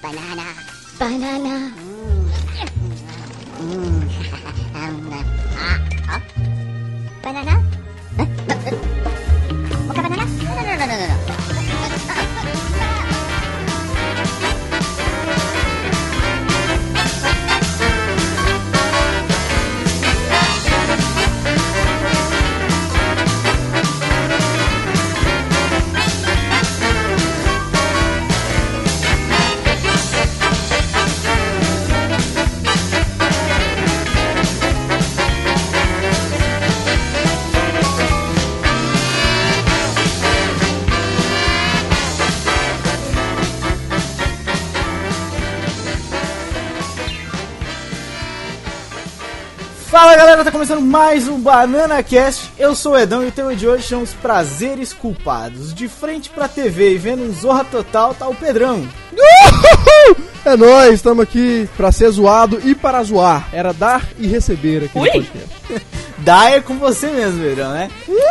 Banana. Banana. Banana? Mocha banana? No. Fala galera, tá começando mais um BananaCast. Eu sou o Edão e o tema de hoje são os prazeres culpados. De frente pra TV e vendo um Zorra Total tá o Pedrão. É nóis, estamos aqui pra ser zoado e para zoar. Era dar e receber aqui no podcast. Dá é com você mesmo, Pedrão, né?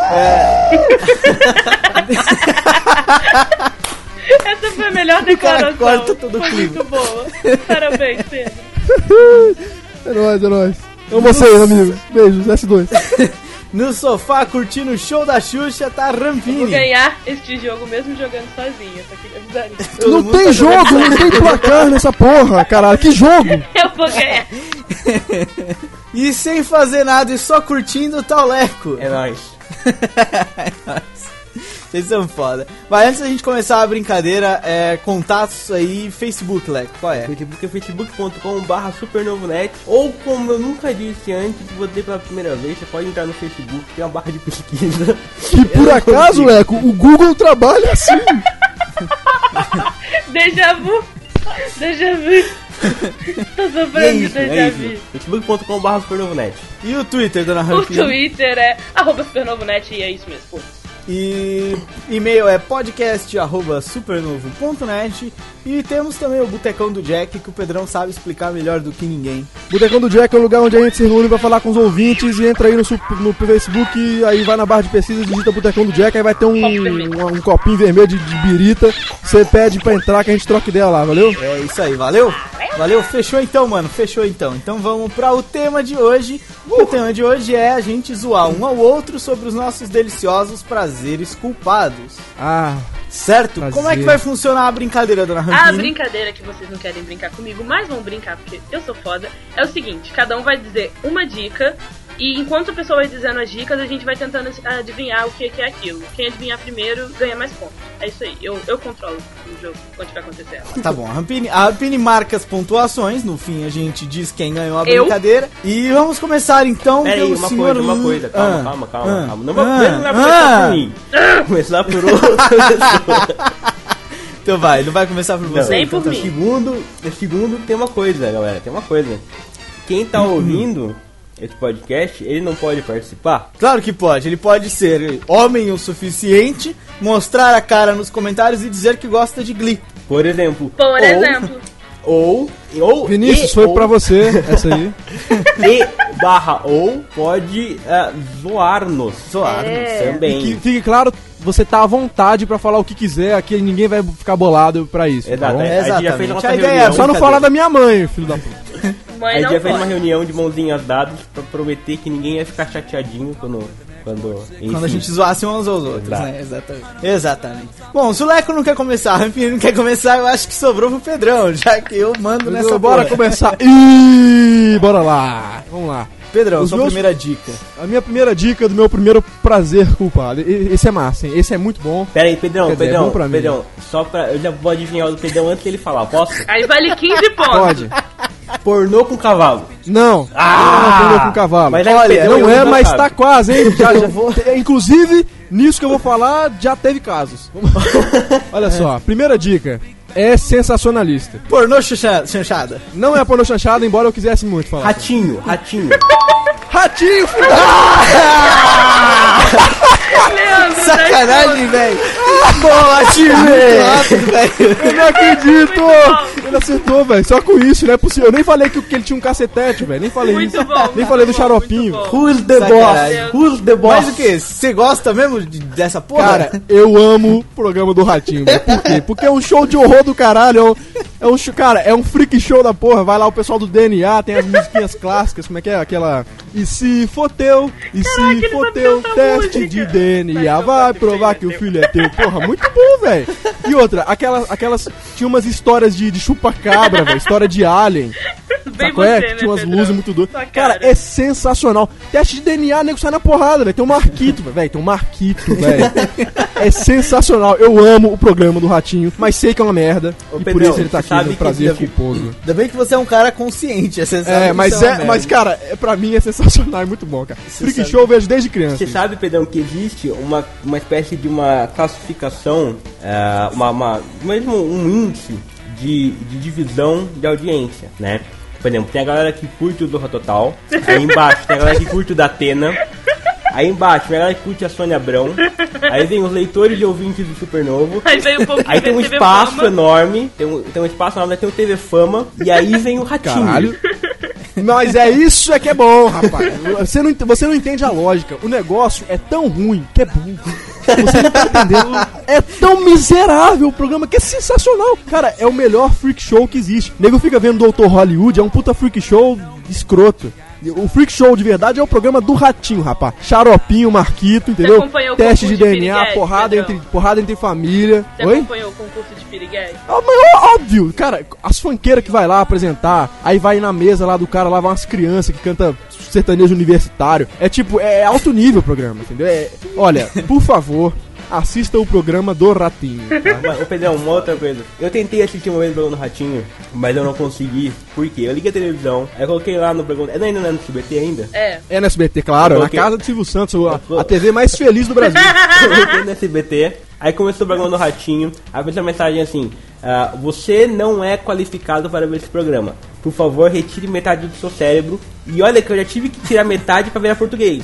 Essa foi a melhor declaração. O cara corta todo o clima. Muito boa. Parabéns, Pedro. É nóis. Amo vocês, amigos. Beijos, S2. No sofá, curtindo o show da Xuxa, tá Rampini. Vou ganhar este jogo mesmo jogando sozinha, só queria avisar isso. Todo Não mundo tem tá jogo, jogando. não tem placar nessa porra, caralho. Que jogo? Eu vou ganhar. E sem fazer nada e só curtindo, tá o Leco. É nóis. Vocês são foda. Mas antes da gente começar a brincadeira, contatos aí, Facebook, Leco, qual é? Facebook é facebook.com/supernovonet. Ou como eu nunca disse antes, botei pela primeira vez, você pode entrar no Facebook, tem uma barra de pesquisa. Que por acaso, Leco, o Google trabalha assim. Déjà vu. Tô sofrendo de déjà vu. facebook.com/supernovonet. E o Twitter, dona O Rampini? Twitter é @supernovonet e é isso mesmo, pô. E e-mail é podcast@supernovo.net. E temos também o Botecão do Jack, que o Pedrão sabe explicar melhor do que ninguém. Botecão do Jack é o lugar onde a gente se reúne pra falar com os ouvintes. E entra aí no Facebook, aí vai na barra de pesquisa, digita Botecão do Jack. Aí vai ter um copinho vermelho de birita. Você pede pra entrar que a gente troca ideia lá, valeu? É isso aí, valeu? Valeu, fechou então, mano, fechou então. Então vamos para o tema de hoje. O tema de hoje é a gente zoar um ao outro sobre os nossos deliciosos prazeres culpados. Ah, Certo? prazer. Como é que vai funcionar a brincadeira, dona Rampini? A brincadeira que vocês não querem brincar comigo, mas vão brincar porque eu sou foda, é o seguinte, cada um vai dizer uma dica e enquanto a pessoa vai dizendo as dicas, a gente vai tentando adivinhar o que é aquilo. Quem adivinhar primeiro ganha mais pontos. É isso aí, eu controlo o jogo quando vai acontecer. Tá bom, a Rampini marca as pontuações, no fim a gente diz quem ganhou a brincadeira. E vamos começar então Peraí, pelo senhor... uma coisa, calma. Não vai começar por mim. Começar por outra pessoa. Então vai, não vai começar por você. Nem então por tá. mim. Segundo, tem uma coisa, galera, Quem tá ouvindo esse podcast, ele não pode participar? Claro que pode, ele pode ser homem o suficiente, mostrar a cara nos comentários e dizer que gosta de Glee. Por exemplo. Por exemplo. Ou Vinícius, foi pra você essa aí. ou pode zoar-nos. Também. E que fique claro, você tá à vontade pra falar o que quiser, aqui ninguém vai ficar bolado pra isso. Exato, tá bom? a gente já fez Exatamente. a nossa A ideia reunião. é Só não falar da minha mãe, filho da puta. Mãe A gente não já fez uma pode. reunião de mãozinhas dadas pra prometer que ninguém ia ficar chateadinho quando Quando a gente zoasse uns aos outros, Exato. né? Exatamente. Bom, se o Leco não quer começar, a Rampini não quer começar, eu acho que sobrou pro Pedrão, já que eu mando nessa Bora porra. começar. Ih, bora lá. Vamos lá. Pedrão, Os sua meus- primeira dica. A minha primeira dica do meu primeiro prazer culpado. Esse é massa, hein? Esse é muito bom. Pera aí, Pedrão, Quer dizer, é bom pra mim. só pra... Eu já vou adivinhar o do Pedrão antes dele falar, posso? Aí vale 15 pontos. Pode. Pornô com cavalo. Não. Ah! Não com cavalo. Mas Olha, Pedrão Não é, não mas sabe. tá quase, hein? Inclusive, nisso que eu vou falar, já teve casos. Olha só, primeira dica. É sensacionalista. Pornô chanchada. Não é pornô chanchada, embora eu quisesse muito falar. Ratinho. Ratinho, filho Leandro, Sacanagem, velho. Boa, time. Rápido, velho. eu não acredito! Ele acertou, velho. Só com isso, não é possível. Eu nem falei que ele tinha um cacetete, velho. Nem falei Muito isso. bom, Nem muito falei do bom, xaropinho. muito bom. Who's the Sacanagem. boss? Who's the boss? Mas o que? Você gosta mesmo dessa porra? Cara, eu amo o programa do Ratinho, velho. Por quê? Porque é um show de horror do caralho. Cara, é um freak show da porra. Vai lá o pessoal do DNA, tem as musiquinhas clássicas, como é que é? Aquela... E se for teu, Caraca, se for teu, teste música. de DNA, vai provar que o filho é teu. Porra, muito bom, velho. E outra, aquelas... Tinha umas histórias de chupa-cabra, velho, história de alien. Bem Sabe qual é? você, Que né, tinha umas Pedrão? luzes muito doidas. Sua Cara, é sensacional. Teste de DNA, nego sai na porrada, velho. Tem um Marquito, velho. Tem um Marquito, velho. É sensacional. Eu amo o programa do Ratinho, mas sei que é uma merda. Ô, e por Pedrão, isso ele tá você aqui sabe no que prazer deve- culposo. Ainda bem que você é um cara consciente, é sensacional. Mas cara, pra mim é sensacional, é muito bom, cara. Freak sabe- Show eu vejo desde criança. Você sabe, Pedrão, que existe uma espécie de uma classificação, mesmo um índice de divisão de audiência, né? Por exemplo, tem a galera que curte o Zorra Total, aí embaixo tem a galera que curte o da Atena, aí embaixo tem a galera que curte a Sônia Abrão, aí vem os leitores e ouvintes do Supernovo, Aí veio um pouco aí tem um TV espaço Fama. enorme, tem um espaço enorme, tem o TV Fama, e aí vem o Ratinho. Caralho. Mas é isso é que é bom, rapaz. Você não entende a lógica. O negócio é tão ruim que é bom. Você não tá entendendo. É tão miserável o programa que é sensacional. Cara, é o melhor freak show que existe. O nego fica vendo Dr. Hollywood, é um puta freak show escroto. O freak show de verdade é o programa do Ratinho, rapaz. Xaropinho, Marquito, entendeu? acompanhou o Teste de concurso de DNA, Piriguete, porrada entre família. Você Oi? acompanhou o concurso de Piriguete? Ah, mas óbvio, cara, as funkeiras que vai lá apresentar, aí vai na mesa lá do cara, lá vai umas crianças que canta sertanejo universitário. É tipo, é alto nível o programa, entendeu? Olha, por favor, assista o programa do Ratinho. Tá? Mas, ô Pedrão, uma outra coisa. Eu tentei assistir uma vez o programa do Ratinho, mas eu não consegui. Por quê? Eu liguei a televisão, aí eu coloquei lá no programa. Ainda não é no SBT ainda? É. É no SBT, claro, na Ok. casa do Silvio Santos, a TV mais feliz do Brasil. Coloquei no SBT, aí começou o programa do Ratinho, aí fez uma mensagem assim: você não é qualificado para ver esse programa. Por favor, retire metade do seu cérebro. E olha que eu já tive que tirar metade pra virar português.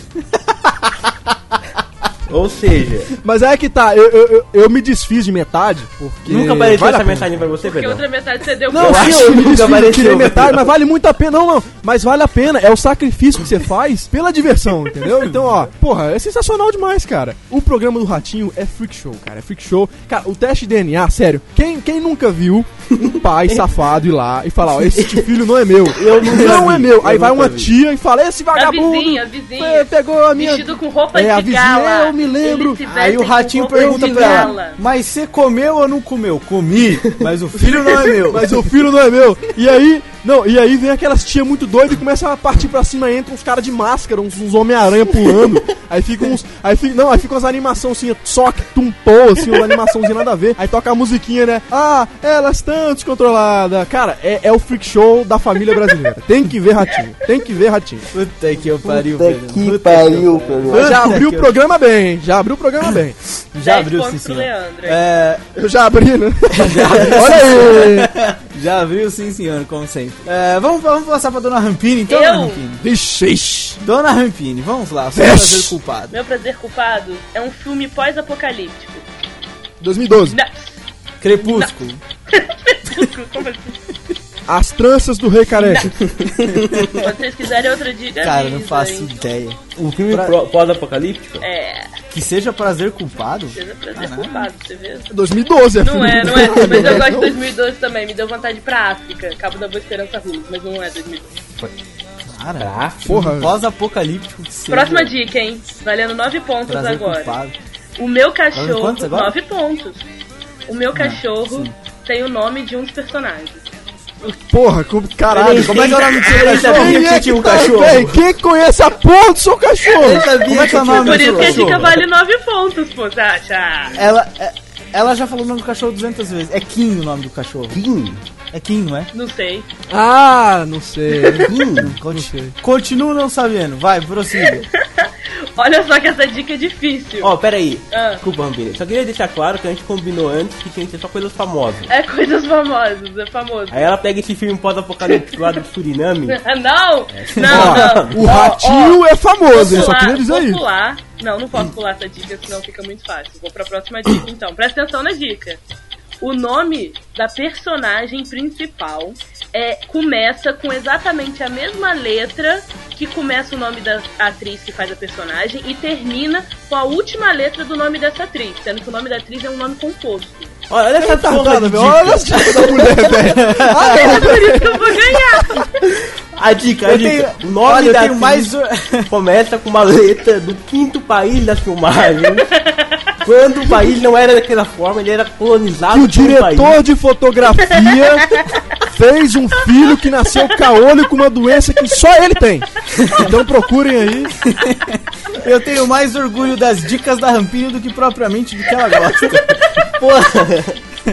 Ou seja, Mas é que tá, eu me desfiz de metade, porque... nunca apareceu vale a essa pena. mensagem pra você, Porque Pedrão? outra metade você deu Não, Eu pra acho sim, eu que me nunca desfiz, apareceu, tirei metade, Pedro. mas vale muito a pena. Não, mas vale a pena. É o sacrifício que você faz pela diversão, entendeu? Então, ó, porra, é sensacional demais, cara. O programa do Ratinho é freak show, cara. É freak show. Cara, o teste de DNA, sério, quem nunca viu um pai safado ir lá e falar, ó, esse filho não é meu. Não é meu. Aí vai uma tia e fala, esse vagabundo A vizinha. pegou a minha... Vestido com roupa a de vizinha, gala. eu me lembro. Eles se Aí o vestem com Ratinho roupa pergunta de pra ela, gala. mas você comeu ou não comeu? Comi, mas o filho não é meu. Mas o filho não é meu. E aí vem aquelas tia muito doidas e começam a partir pra cima, entram uns caras de máscara, uns Homem-Aranha pulando. Aí ficam umas animações assim, sock, tumpou, assim, uma animaçãozinha nada a ver. Aí toca a musiquinha, né? Ah, elas estão descontroladas. Cara, é o freak show da família brasileira. Tem que ver Ratinho. Tem que ver Ratinho. Puta que eu pariu, Puta Pedro. que Puta pariu, que eu Pedro. pariu. Já abriu o que programa bem. Já abriu o programa bem. Já 10 abriu, sim, pontos pro senhor. Leandro. É, Eu já abri, né? Olha aí. já abriu, sim, senhor, como sempre. Vamos passar pra Dona Rampini, então, Eu? Dona Rampini. Vixe. Dona Rampini, vamos lá. Seu Vixe. prazer culpado. Meu prazer culpado é um filme pós-apocalíptico. 2012. Não. Crepúsculo. Como assim? As tranças do Rei Careca. Se vocês quiserem outra dica, Cara, não avisa, faço hein? ideia. Um filme Pra- pós-apocalíptico? É, Que seja prazer culpado? seja prazer culpado, você vê? 2012, é Não filme. é, mas eu gosto de 2012 também. Me deu vontade de ir pra África. Cabo da Boa Esperança Rua, mas não é 2012. Cara, Porra. pós-apocalíptico que seja. Próxima dica, hein? Valendo 9 pontos Prazer agora. culpado. O meu Valendo cachorro. quantos agora? 9 pontos. O meu cachorro sim. tem o nome de um dos personagens. Porra, caralho. Como é que é o nome do seu Ele cachorro? sabia Quem que é tinha um tá, cachorro. véi? Quem conhece a porra do seu cachorro? Eu sabia Como é que é o nome Por do isso seu que a cachorro? dica vale 9 pontos, pô, Tati. Ela já falou o nome do cachorro 200 vezes. É Kim o nome do cachorro. Kim? É Kim, não é? Não sei. Ah, não sei. Continuo não sabendo. Vai, prossiga. Olha só que essa dica é difícil. Ó, pera aí. Ah. Desculpa, Rampini. Só queria deixar claro que a gente combinou antes que tinha que ser só coisas famosas. É coisas famosas, é famoso. Aí ela pega esse filme pós-apocalíptico lá do Suriname. Não! Ó, Não! o Ratinho é famoso, eu só Vou queria dizer vou isso. pular. Não posso pular essa dica, senão fica muito fácil. Vou pra próxima dica, então. Presta atenção na dica. O nome da personagem principal começa com exatamente a mesma letra que começa o nome da atriz que faz a personagem e termina com a última letra do nome dessa atriz, sendo que o nome da atriz é um nome composto. Olha essa porra Tardada, de velho. Olha dica. as dicas da mulher, velho. É por isso que eu vou ganhar. A dica. O nome Olha, eu da tenho atriz mais... começa com uma letra do 5º país da filmagem. Quando o país não era daquela forma, ele era colonizado E o por um país. diretor de fotografia fez um filho que nasceu caolho com uma doença que só ele tem. Então procurem aí. Eu tenho mais orgulho das dicas da Rampini do que propriamente do que ela gosta. Porra.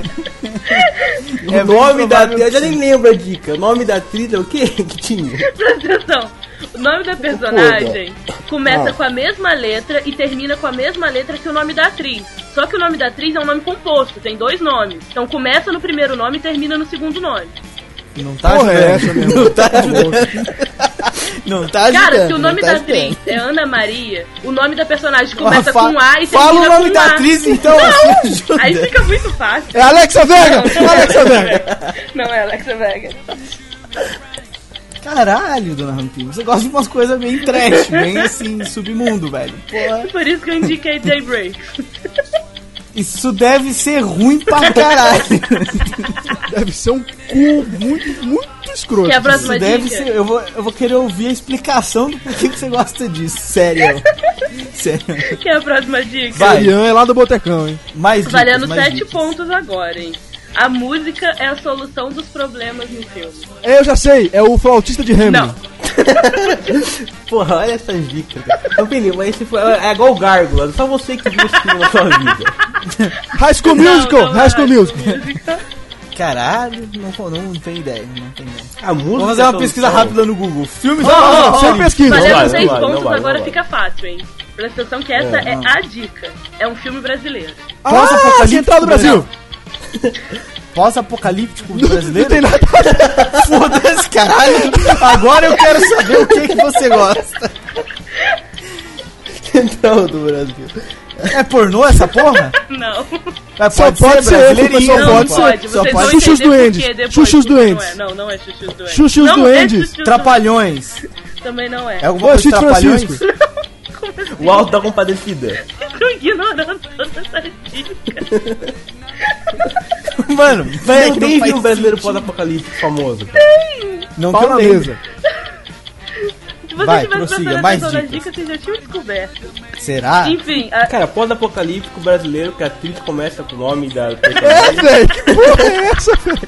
O nome da atriz, eu já nem lembro a dica. O nome da atriz é o quê que tinha? Presta atenção. O nome da personagem começa com a mesma letra e termina com a mesma letra que o nome da atriz. Só que o nome da atriz é um nome composto, tem 2 nomes. Então começa no primeiro nome e termina no segundo nome. Não tá Porra, é ajudando. essa mesmo. Não tá ajudando. Não tá ajudando. Cara, se o nome não da tá atriz ajudando. é Ana Maria, o nome da personagem começa com A e Fala termina o nome com da A. atriz, então. Assim, ajuda. Aí fica muito fácil. É Alexa Vega! Não, Alexa Vega! Não é Alexa Vega. Caralho, dona Rampini, você gosta de umas coisas bem trash, bem assim, submundo, velho. Porra. Por isso que eu indiquei Daybreak. Isso deve ser ruim pra caralho. Deve ser um cu muito escroto. Que é a próxima Isso deve dica? ser. Eu vou querer ouvir a explicação do porquê que você gosta disso. Sério. Sério. Que é a próxima dica? Vai. Ian é lá do Botecão, hein? Mais dicas, Valendo mais 7 dicas. pontos agora, hein? A música é a solução dos problemas no filme. Eu já sei, é o flautista de Hamilton. Não. Porra, olha essas dicas. Rampini, mas esse foi, é igual o Gárgula, só você que viu esse filme na sua vida. High School Musical! Não, High School não é Musical! Caralho, não tem ideia, não tem ideia. A música Vamos fazer é a uma pesquisa solução. rápida no Google. Filmes Sem pesquisa! Valendo vai, 6 não vai, pontos, não vai, agora não vai. fica fácil, hein? Presta atenção que essa é a dica. É um filme brasileiro. Central do Brasil! Pós-apocalíptico do Não brasileiro? tem nada. Foda-se, caralho. Agora eu quero saber o que você gosta. Central do Brasil. É pornô essa porra? Não. É, Só pode ser, brasileirinho. só Não pode pode. Só Vocês pode. vão Xuxos entender por Duendes. quê depois, Xuxos porque Duendes. Não é Xuxos Duendes. Xuxos Não é Duendes. Xuxos Trapalhões. Duendes. Também não é. É alguma Ô, coisa de Chico Trapalhões? Francisco. Como assim? O Alto da Compadecida. Tô ignorando todas essas dicas. Mano, Não velho, tem não faz filme brasileiro sentido. pós-apocalíptico famoso. Cara. Não Pau que eu na lembre. mesa. Se você Vai, tivesse prossiga, prestado mais atenção nas dicas. dicas, vocês já tinham descoberto. Será? Enfim, Cara, pós-apocalíptico brasileiro, que a atriz começa com o nome da É, personagem. velho, que porra é essa, velho?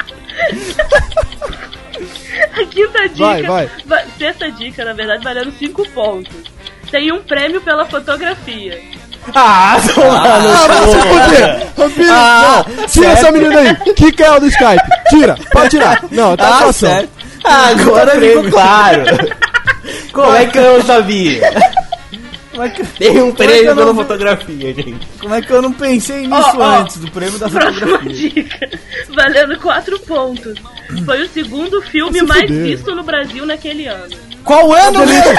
a quinta dica. Vai. Sexta dica, na verdade, valendo 5 pontos. Tem um prêmio pela fotografia. Ah, Ah, vai se fuder! Rampini, não, tira certo. essa menina aí! Kika é o do Skype! Tira! Pode tirar! Não, tá Ah, situação. certo. agora ficou claro. Como é que eu não sabia? Como é que, Tem um que prêmio eu não pela vi? fotografia, gente. como é que eu não pensei nisso Ó, antes do prêmio da Próxima fotografia? dica. Valendo 4 pontos. Foi o segundo filme Se mais fuder. visto no Brasil naquele ano. Qual ano, meu?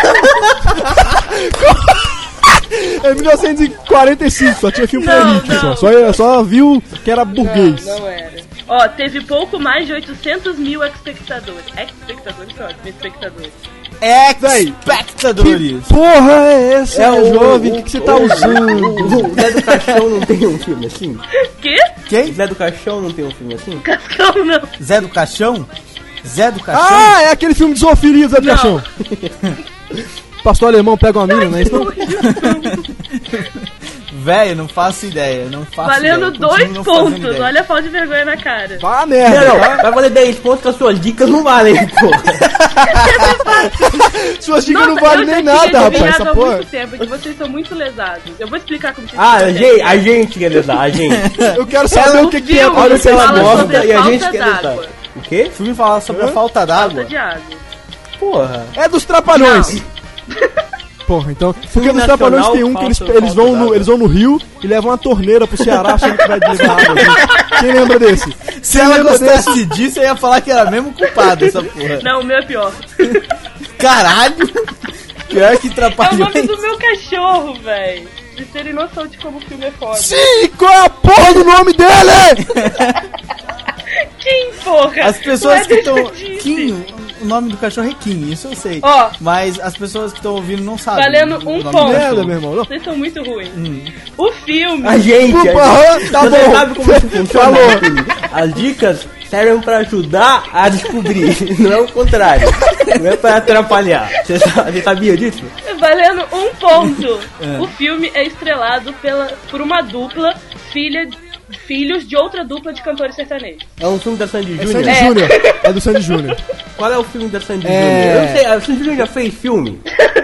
É 1945, só tinha filme pra Não, elite, não. só viu que era burguês. Não era. Ó, teve pouco mais de 800 mil espectadores. Espectadores, ótimo, espectadores. Espectadores. Que porra é essa, o jovem? O que você tá usando? O Zé do Caixão não tem um filme assim? Quê? Quem? Zé do Caixão não tem um filme assim? Cascão não. Zé do Caixão? Zé do Caixão? Ah, é aquele filme de zoofilia do Zé do Não. Caixão. Pastor alemão pega uma mina, né? Velho, não faço ideia. Não faço Valendo ideia. 2 Continuo não fazendo pontos. ideia. Olha a falta de vergonha na cara. Vá a merda, Não, tá? vai valer 10 pontos que as suas dicas não valem, porra. Suas dicas não Nossa, valem eu já nem tinha nada, rapaz, adivinhado essa há porra. muito tempo que vocês são muito lesados. Eu vou explicar como vocês Ah, ficam a gente quer lesar, a gente. Eu quero saber o que é. filme Olha o que ela fala gosta sobre e a falta gente quer lesar. d'água. O quê? O filme fala sobre a falta d'água. Falta de água. Porra. É dos Trapalhões. Porra, então. Porque Filme nos Trapalhões nacional, tem um que falta eles vão no rio e levam uma torneira pro Ceará achando que vai levar água. Gente. Quem lembra desse? Se ela gostasse disso, eu ia falar que era mesmo culpado essa porra. Não, o meu é pior. Caralho! Pior que É o Trapalhões. nome do meu cachorro, velho. Vocês terem noção de como o filme é foda. Sim, qual é a porra do nome dele? Quem, porra? As pessoas Não é que estão. desperdício. Kim, o nome do cachorro é Kim, isso eu sei. Ó. Mas as pessoas que estão ouvindo não sabem. Valendo o um nome do ponto. cachorro. Merda, meu irmão. Não. Vocês são muito ruins. O filme. A gente, Tá você bom. sabe como isso funciona? Falou. As dicas servem pra ajudar a descobrir, não é o contrário. Não é pra atrapalhar. Você sabia disso? Valendo um ponto. O filme é estrelado por uma dupla, filhos de outra dupla de cantores sertanejos. É um filme da Sandy É Júnior? Sandy Júnior. É do Sandy Júnior. Qual é o filme da Sandy É. Júnior? Eu não sei, a Sandy Júnior já fez filme?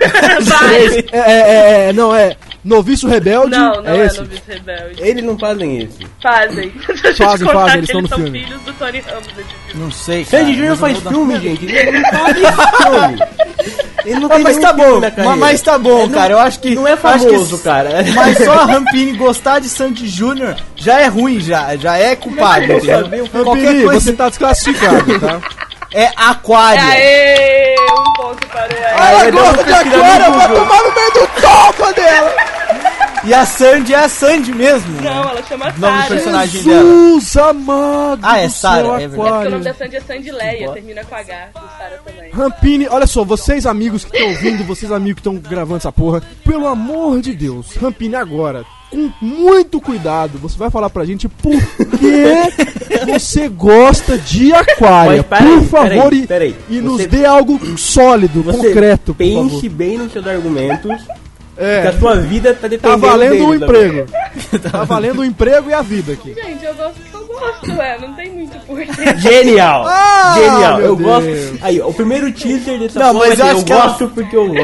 Vai. Não, é Noviço Rebelde. Não é esse. Noviço Rebelde. Eles não fazem isso. Fazem. Deixa eu te Fazem, contar eles que estão no são filme. filhos do Tony Ramos nesse filme. Não sei, cara. Sandy Júnior mas eu faz vou dar- filme, gente. Ele não faz filme. Ele não Ah, tem mas nenhum tá filme bom, na carreira. mas tá bom, cara. Eu acho que Não é eu acho que famoso, cara. Mas só a Rampini gostar de Sandy Júnior já é ruim, já é culpado, entendeu? Qualquer Rampini, coisa você tá desclassificado, tá? é aquário. Aê! Um ponto para o Ed. Ela vai dar gosta uma de pesquisa no aquário, eu vou Google. tomar no meio do toco dela. E a Sandy é a Sandy mesmo. Não, né? ela chama O nome do Sarah. personagem dela. Jesus amado. Ah, é do Sarah, céu, é verdade. É porque o nome aquário. da Sandy é Sandy Leia, termina com H, do Sarah também. Rampini, olha só, vocês amigos que estão ouvindo, vocês amigos que estão gravando essa porra, pelo amor de Deus, Rampini, agora, com muito cuidado, você vai falar pra gente por que você gosta de aquário. Mas peraí, Por favor, peraí. e nos Você- dê algo sólido, Você concreto, por pense favor. bem nos seus argumentos, que É, a sua vida tá tá dependendo valendo o deles emprego. Tá valendo o emprego e a vida aqui. Gente, eu gosto porque eu gosto, não tem muito porquê. agora. Genial! Ah, Genial! meu Eu Deus. gosto. Aí, o primeiro teaser dessa Não, porra mas eu é acho eu que ela- gosto porque eu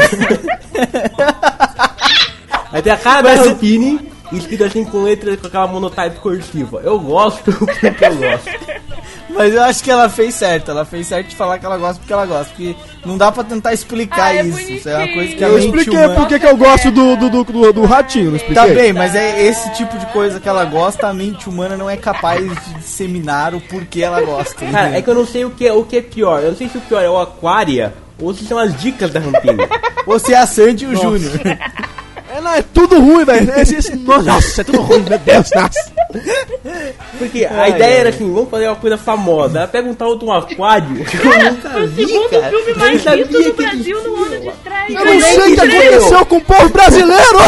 gosto. Aí tem a cara da Mas- Rampini escrito assim com letras com aquela monotype cursiva. Eu gosto porque eu gosto. Mas eu acho que ela fez certo. Ela fez certo de falar que ela gosta porque ela gosta. Porque não dá pra tentar explicar Ah, é isso. Isso é uma coisa que a Eu mente expliquei humana... por que eu gosto do ratinho, não expliquei? Tá bem, mas é esse tipo de coisa que ela gosta, a mente humana não é capaz de disseminar o porquê ela gosta. Cara, entendeu? é que eu não sei o que é pior. Eu não sei se o pior é o Aquaria ou se são as dicas da Rampini. Ou se é a Sandy e o Júnior. É tudo ruim, velho. Nossa, é tudo ruim, meu Deus, nossa. Porque a ideia era assim, vamos fazer uma coisa famosa. Ela pega um tal de um aquário que eu nunca Foi o vi, segundo cara. filme Eu mais nem sabia visto no que Brasil no ano de estreia. Eu não sei o que aconteceu com o povo brasileiro!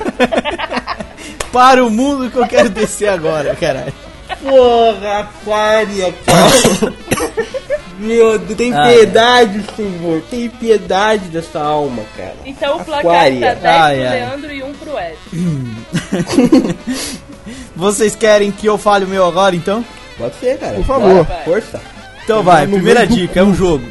Para o mundo que eu quero descer agora, caralho. Porra, Aquária, cara. Meu Deus, tem piedade, senhor. Tem piedade dessa alma, cara. Então o placar Aquária. tá 10 Ai, pro ai. Leandro e 1 pro Ed. Vocês querem que eu fale o meu agora, então? Pode ser, cara. Por favor. Vai. Força. Então vai, No primeira meio do dica, é um jogo.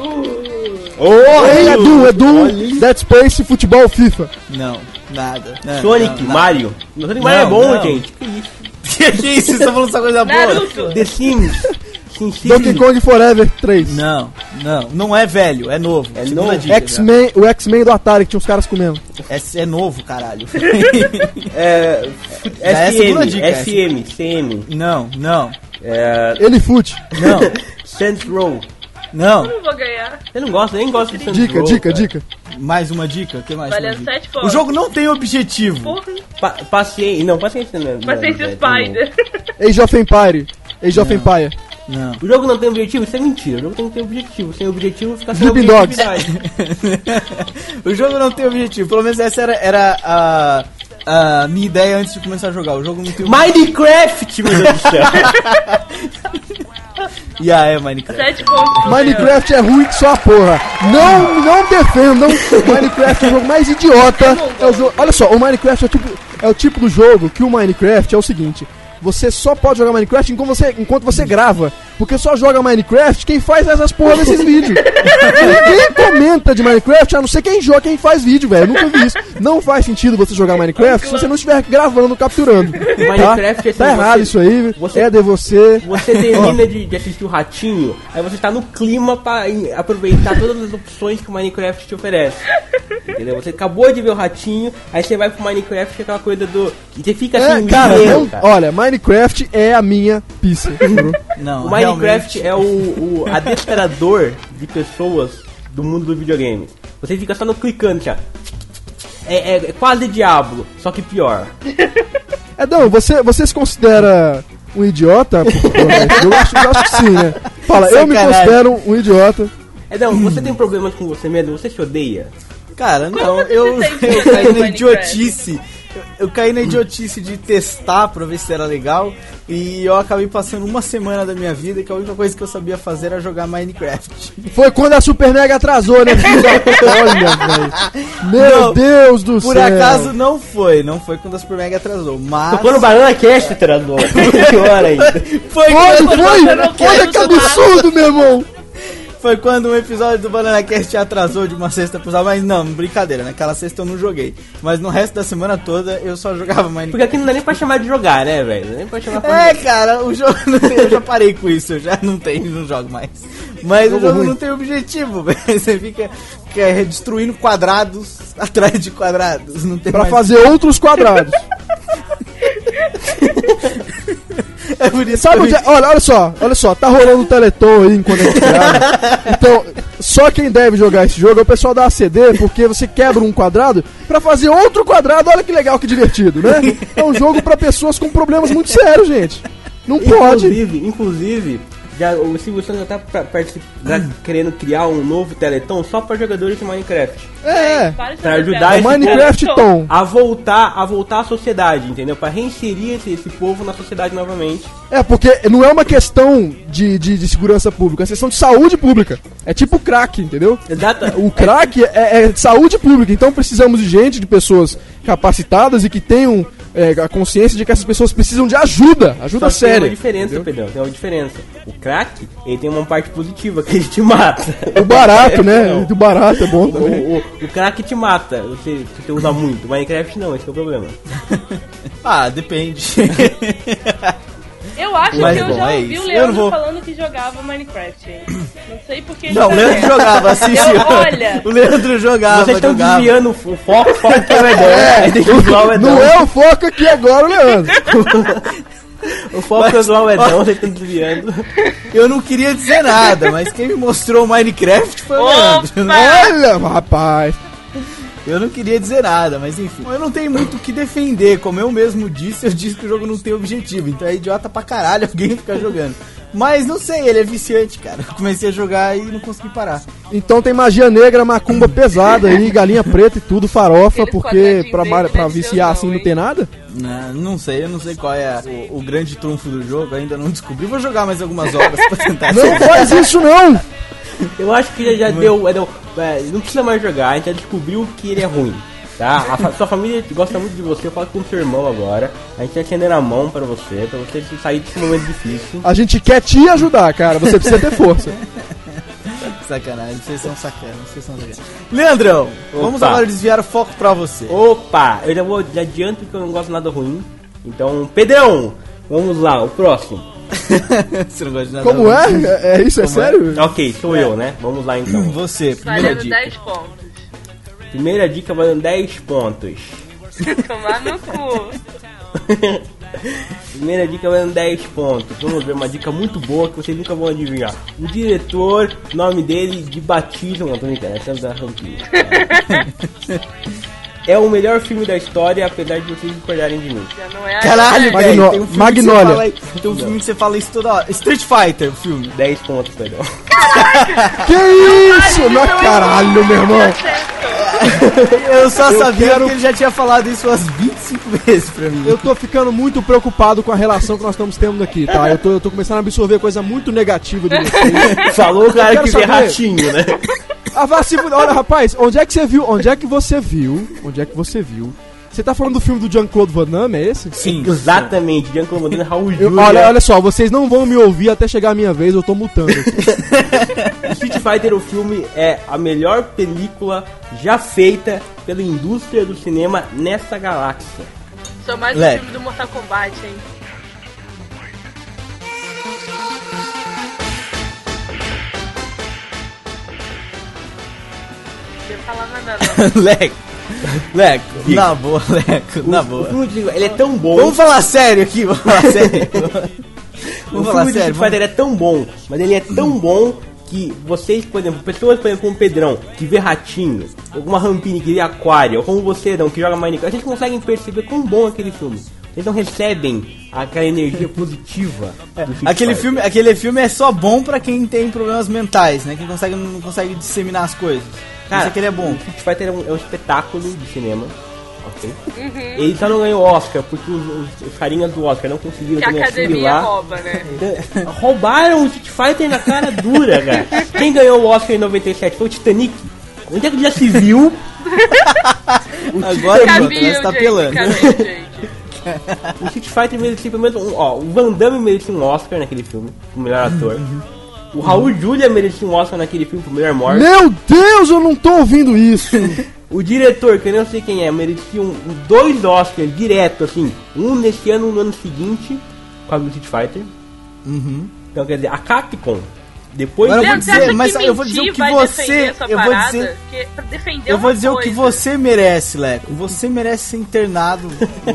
Ei, Edu, Dead Space, futebol, FIFA. Não, nada. Não, Sonic, não, Mario. Sonic Mario é Não, bom, não. gente. Que isso? Que isso? Vocês estão falando essa coisa boa? Naruto. The Sims. Sim, sim. Donkey Kong Forever 3. Não é velho, é novo. É Segunda novo. dica, X-Men, o X-Men do Atari, que tinha uns caras comendo. É novo, caralho. É, Já é a segunda SM, dica, SM, CM. não. Ele fute. Não, Eu Saints Row. não. não vou ganhar. Você não gosta, nem gosta de Saints Dica, Row, dica, cara. dica. Mais uma dica? O que mais? Valendo uma dica? 7 pontos. O jogo não tem objetivo. Porra, Paciência, não, paciência não. Paciência não, Spider. Age of Empire. Age of Empire. Não. O jogo não tem objetivo, isso é mentira. O jogo tem que ter objetivo. Sem objetivo fica sem Sleeping Dogs. objetividade. O jogo não tem objetivo. Pelo menos essa era a minha ideia antes de começar a jogar. O jogo não tem objetivo. Minecraft, meu Deus do céu. É Minecraft. 7 pontos. pro Minecraft é ruim que só a porra. Não defendam. Minecraft é o jogo mais idiota. É o jogo. Olha só, o Minecraft é o tipo do jogo que o Minecraft é o seguinte. Você só pode jogar Minecraft enquanto você grava. Porque só joga Minecraft quem faz essas porra desses vídeos. Ninguém comenta de Minecraft, a não ser quem joga, quem faz vídeo, velho. Eu nunca vi isso. Não faz sentido você jogar Minecraft se você não estiver gravando, capturando. Minecraft é assim, tá errado você- isso aí. você- É de você. Você termina de assistir o Ratinho, aí você tá no clima pra aproveitar todas as opções que o Minecraft te oferece. Entendeu? Você acabou de ver o Ratinho, aí você vai pro Minecraft, que é aquela coisa do... E você fica assim, Cara, inteiro, não- cara. olha, Minecraft é a minha pista. Não, O Minecraft realmente. é o adestrador de pessoas do mundo do videogame. Você fica só no clicando, já. É quase Diablo, só que pior. Edão, você se considera um idiota? Eu acho que sim, né? Fala, eu me Sacanagem. considero um idiota. Edão, você tem problemas com você mesmo? Você se odeia? Cara, não, Quando eu você tem caí na Minecraft? idiotice. Eu caí na idiotice de testar pra ver se era legal. E eu acabei passando uma semana da minha vida que a única coisa que eu sabia fazer era jogar Minecraft. Foi quando a Super Mega atrasou, né, filho da... Olha, velho. Meu Não, Deus do Por céu. acaso não foi quando a Super Mega atrasou, mas... Tocou no Banana Cast, treinador. Pior ainda. Foi Foi, quando- foi! Olha que absurdo, meu irmão! Foi quando um episódio do Banana Cast atrasou de uma sexta pro sábado, mas não, brincadeira, naquela sexta eu não joguei. Mas no resto da semana toda eu só jogava Minecraft. Porque aqui não dá nem pra chamar de jogar, né, velho? Nem pra chamar É, cara, o jogo eu já parei com isso, eu já não jogo mais. Mas o jogo não tem objetivo, velho. Você fica destruindo quadrados atrás de quadrados, não tem Pra mais... fazer outros quadrados. É por isso Sabe que onde é? Olha só, tá rolando um Teleton aí enquanto a gente grava. Então, só quem deve jogar esse jogo é o pessoal da ACD, porque você quebra um quadrado pra fazer outro quadrado. Olha que legal, que divertido, né? É um jogo pra pessoas com problemas muito sérios, gente. Não pode. Inclusive, já, o Silvio Santos já tá querendo criar um novo Teleton só pra jogadores de Minecraft. É, Pra ajudar é esse Minecraft Tom. A voltar à sociedade, entendeu? Pra reinserir esse povo na sociedade novamente. É, porque não é uma questão de segurança pública, é uma questão de saúde pública. É tipo crack, entendeu? Exata. O crack é saúde pública, então precisamos de gente, de pessoas capacitadas e que tenham a consciência de que essas pessoas precisam de ajuda Só que tem séria. uma diferença, Pedrão, tem uma diferença. O crack, ele tem uma parte positiva, que ele te mata. O barato, né? Não. O barato é bom também. O crack te mata, você usa muito. Minecraft não, esse é o problema. Ah, depende. Eu acho Mas que eu bom, já é ouvi isso. o Eu Leandro não vou- falando que jogava Minecraft. Não sei porque. Não, o Leandro jogava, assistiu. Olha, O Leandro jogava, Vocês estão jogava. desviando o foco que é o Edão. Aí tem que zoar o Edão. Não é o foco aqui agora, Leandro. O foco é zoar o Edão, vocês estão desviando. Eu não queria dizer nada, mas quem me mostrou o Minecraft foi o Opa! Leandro. Olha, rapaz. Eu não queria dizer nada, mas enfim. Eu não tenho muito o que defender. Como eu mesmo disse, eu disse que o jogo não tem objetivo. Então é idiota pra caralho alguém ficar jogando. Mas não sei, ele é viciante, cara. Eu comecei a jogar e não consegui parar. Então tem magia negra, macumba pesada aí, galinha preta e tudo, farofa, Aqueles porque quadradinhos pra verdes viciar não, assim não hein? tem nada? Não sei, eu não sei qual é o grande trunfo do jogo. Ainda não descobri. Vou jogar mais algumas horas pra tentar. Não faz isso não! Eu acho que já deu, Edão, não precisa mais jogar, a gente já descobriu que ele é ruim. Tá? Sua família gosta muito de você, eu falo com o seu irmão agora. A gente vai estender a mão pra você sair desse momento difícil. A gente quer te ajudar, cara, você precisa ter força. Sacanagem, vocês são sacanas. Leandrão, vamos Opa. agora desviar o foco pra você. Opa, eu já adianto que eu não gosto de nada ruim. Então, Pedrão, vamos lá, o próximo. Você não gosta de nada Como ruim? é? É isso, é Como é? sério? Ok, sou eu, né? Vamos lá então. Você, primeira valendo dica. 10 pontos. Primeira dica valendo 10 pontos. Tomar no cu. Primeira dica valendo 10 pontos. Vamos ver uma dica muito boa que vocês nunca vão adivinhar. O diretor, nome dele de batismo. Não, tô brincando, essa é da Rampinha. É o melhor filme da história, apesar de vocês discordarem de mim. Já não é a Caralho, Magno- velho, tem um filme Magnólia. que você fala, tem um filme que você fala isso toda hora. Street Fighter, o filme. 10 pontos, perdão. Que isso? Não, caralho, meu irmão. Eu só Eu sabia quero- que ele já tinha falado isso umas 25 vezes pra mim. Eu tô ficando muito preocupado com a relação que nós estamos tendo aqui, tá? Eu tô começando a absorver coisa muito negativa de vocês. Falou o cara quero que vê saber. ratinho, né? Ah, vá se fuder. Olha, rapaz, onde é que você viu? Você tá falando do filme do Jean-Claude Van Damme, é esse? Sim. Exatamente, Jean-Claude Van Damme, Raul Eu- Julia. olha só, vocês não vão me ouvir até chegar a minha vez, eu tô mutando aqui. Street Fighter, o filme, é a melhor película já feita pela indústria do cinema nessa galáxia. Sou mais um Leque. filme do Mortal Kombat, hein? Não ia falar mais nada, não. Leco, na boa, Leco, na O boa. filme, ele é tão bom. Vamos falar sério aqui, vamos falar sério. O Vamos falar filme de sério. Street Fighter é tão bom, mas ele é tão bom que vocês, por exemplo, pessoas, por exemplo, como o Pedrão, que vê ratinho, alguma Rampini que vê aquário, ou como você, não, que joga Minecraft, a gente consegue perceber quão bom é aquele filme. Eles não recebem aquela energia positiva. do Street Fighter. Aquele filme é só bom pra quem tem problemas mentais, né? Quem não consegue disseminar as coisas. Cara, Isso é que ele é bom. O Street Fighter é um espetáculo de cinema. Ok? Ele só não ganhou Oscar porque os carinhas do Oscar não conseguiram Que a também academia assimilar. rouba, né? Roubaram o Street Fighter na cara dura, cara. Quem ganhou o Oscar em 97 foi o Titanic. Onde é que já se viu? Agora, mano, Cabia, você tá gente, pelando. cabia, gente. O Street Fighter merecia pelo menos o Van Damme merecia um Oscar naquele filme, o melhor ator. O Raul Julia merecia um Oscar naquele filme, pro melhor morte. Meu Deus, eu não tô ouvindo isso. O diretor, que eu não sei quem é, merecia 2 Oscars direto, assim. Um nesse ano, no ano seguinte, por causa do Street Fighter. Então, quer dizer, a Capcom, depois... Agora eu vou Leandro, você dizer, acha mas que eu vou dizer o mentir que vai você... defender essa Eu vou parada? dizer... Porque pra defender Eu vou uma dizer o que coisa- você merece, Leco. Você merece ser internado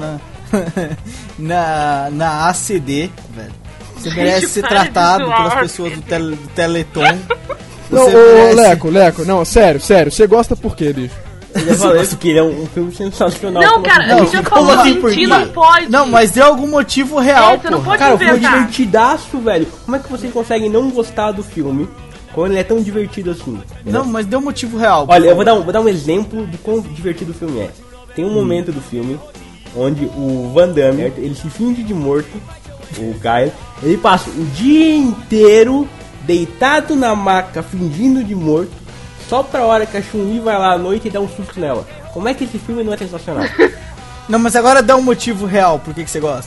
na ACD, velho. Você merece ser para de tratado zoar, pelas pessoas do Teleton. Não, Você ô, merece- Leco, não, sério, você gosta por quê, bicho? Eu já falei isso, que ele é um filme sensacional. Não, Como cara, assim? a gente já como falou, assim, por mentir quê? não pode. Não, mas deu algum motivo real, Você não pô. pode Cara, o filme é inventar. divertidaço, velho. Como é que vocês conseguem não gostar do filme quando ele é tão divertido assim? Não, mas deu motivo real. Olha, eu vou dar um exemplo de quão divertido o filme é. Tem um momento do filme onde o Van Damme, ele se finge de morto, o Kyle, ele passa o dia inteiro deitado na maca, fingindo de morto, só pra hora que a Chun-Li vai lá à noite e dá um susto nela. Como é que esse filme não é sensacional? Não, mas agora dá um motivo real por que você gosta.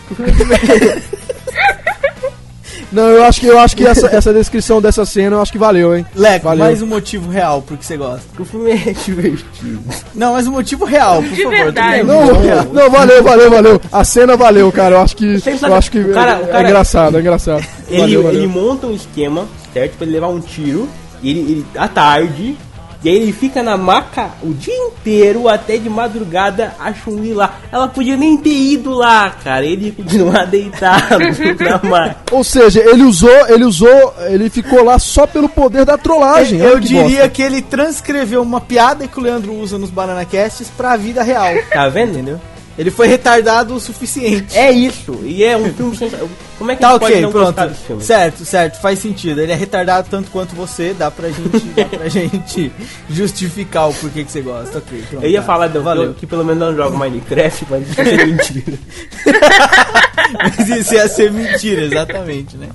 Não, eu acho que essa descrição dessa cena, eu acho que valeu, hein? Leco, Valeu. mais um motivo real por que você gosta. Porque o filme é divertido. Não, mas um motivo real, por De favor. verdade. tudo bem. Não, valeu. A cena valeu, cara. Eu acho que O cara- é engraçado, é engraçado. Valeu. Ele monta um esquema, certo? Pra ele levar um tiro, e ele à tarde, e aí ele fica na maca o dia inteiro, até de madrugada, a Chun-Li lá. Ela podia nem ter ido lá, cara. Ele ia continuar deitado na maca. Ou seja, ele ficou lá só pelo poder da trollagem. Eu olha que diria bosta. que ele transcreveu uma piada que o Leandro usa nos BananaCasts pra vida real. Tá vendo? Entendeu? Ele foi retardado o suficiente. É isso. E é um filme sensacional. Como é que Tá, a gente pode ok, não pronto. gostar desse filme? Certo, faz sentido. Ele é retardado tanto quanto você, dá pra gente justificar o porquê que você gosta. Ok, pronto. Eu ia tá. falar Valeu. que pelo menos não jogo Minecraft, mas isso é mentira. Mas isso ia ser mentira, exatamente, né?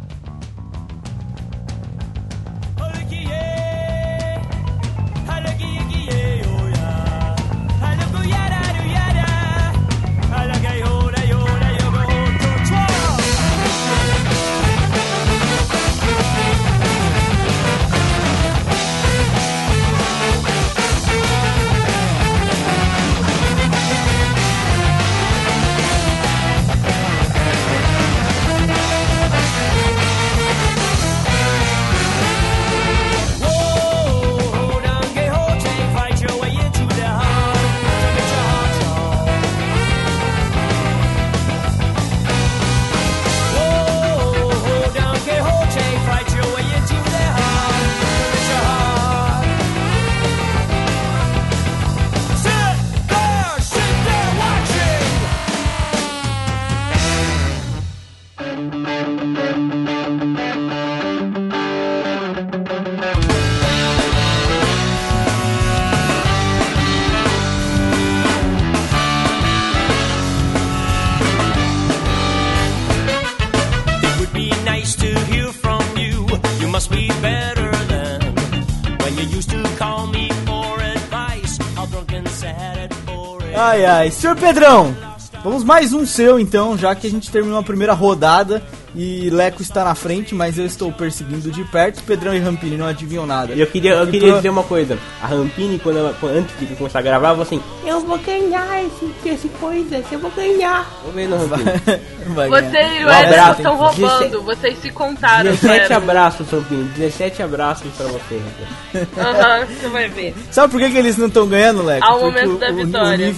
It would be nice to hear from you. You must be better than when you used to call me for advice. How drunk and sad at 4 a.m. Ai, senhor Pedrão, vamos mais um seu então, já que a gente terminou a primeira rodada e Leco está na frente, mas eu estou perseguindo de perto. Pedrão e Rampini não adivinham nada. E eu queria dizer uma coisa. A Rampini, antes de começar a gravar, ela falou assim: eu vou ganhar esse coisa, eu vou ganhar. Vou ver no Rampini. Vai ganhar. Você e o Um abraço, Edson estão hein? roubando, vocês se contaram. 17 sério. abraços, Rampini. 17 abraços pra você, Rampini. Aham, você vai ver. Sabe por que eles não estão ganhando, Leco? Ao Porque momento da vitória.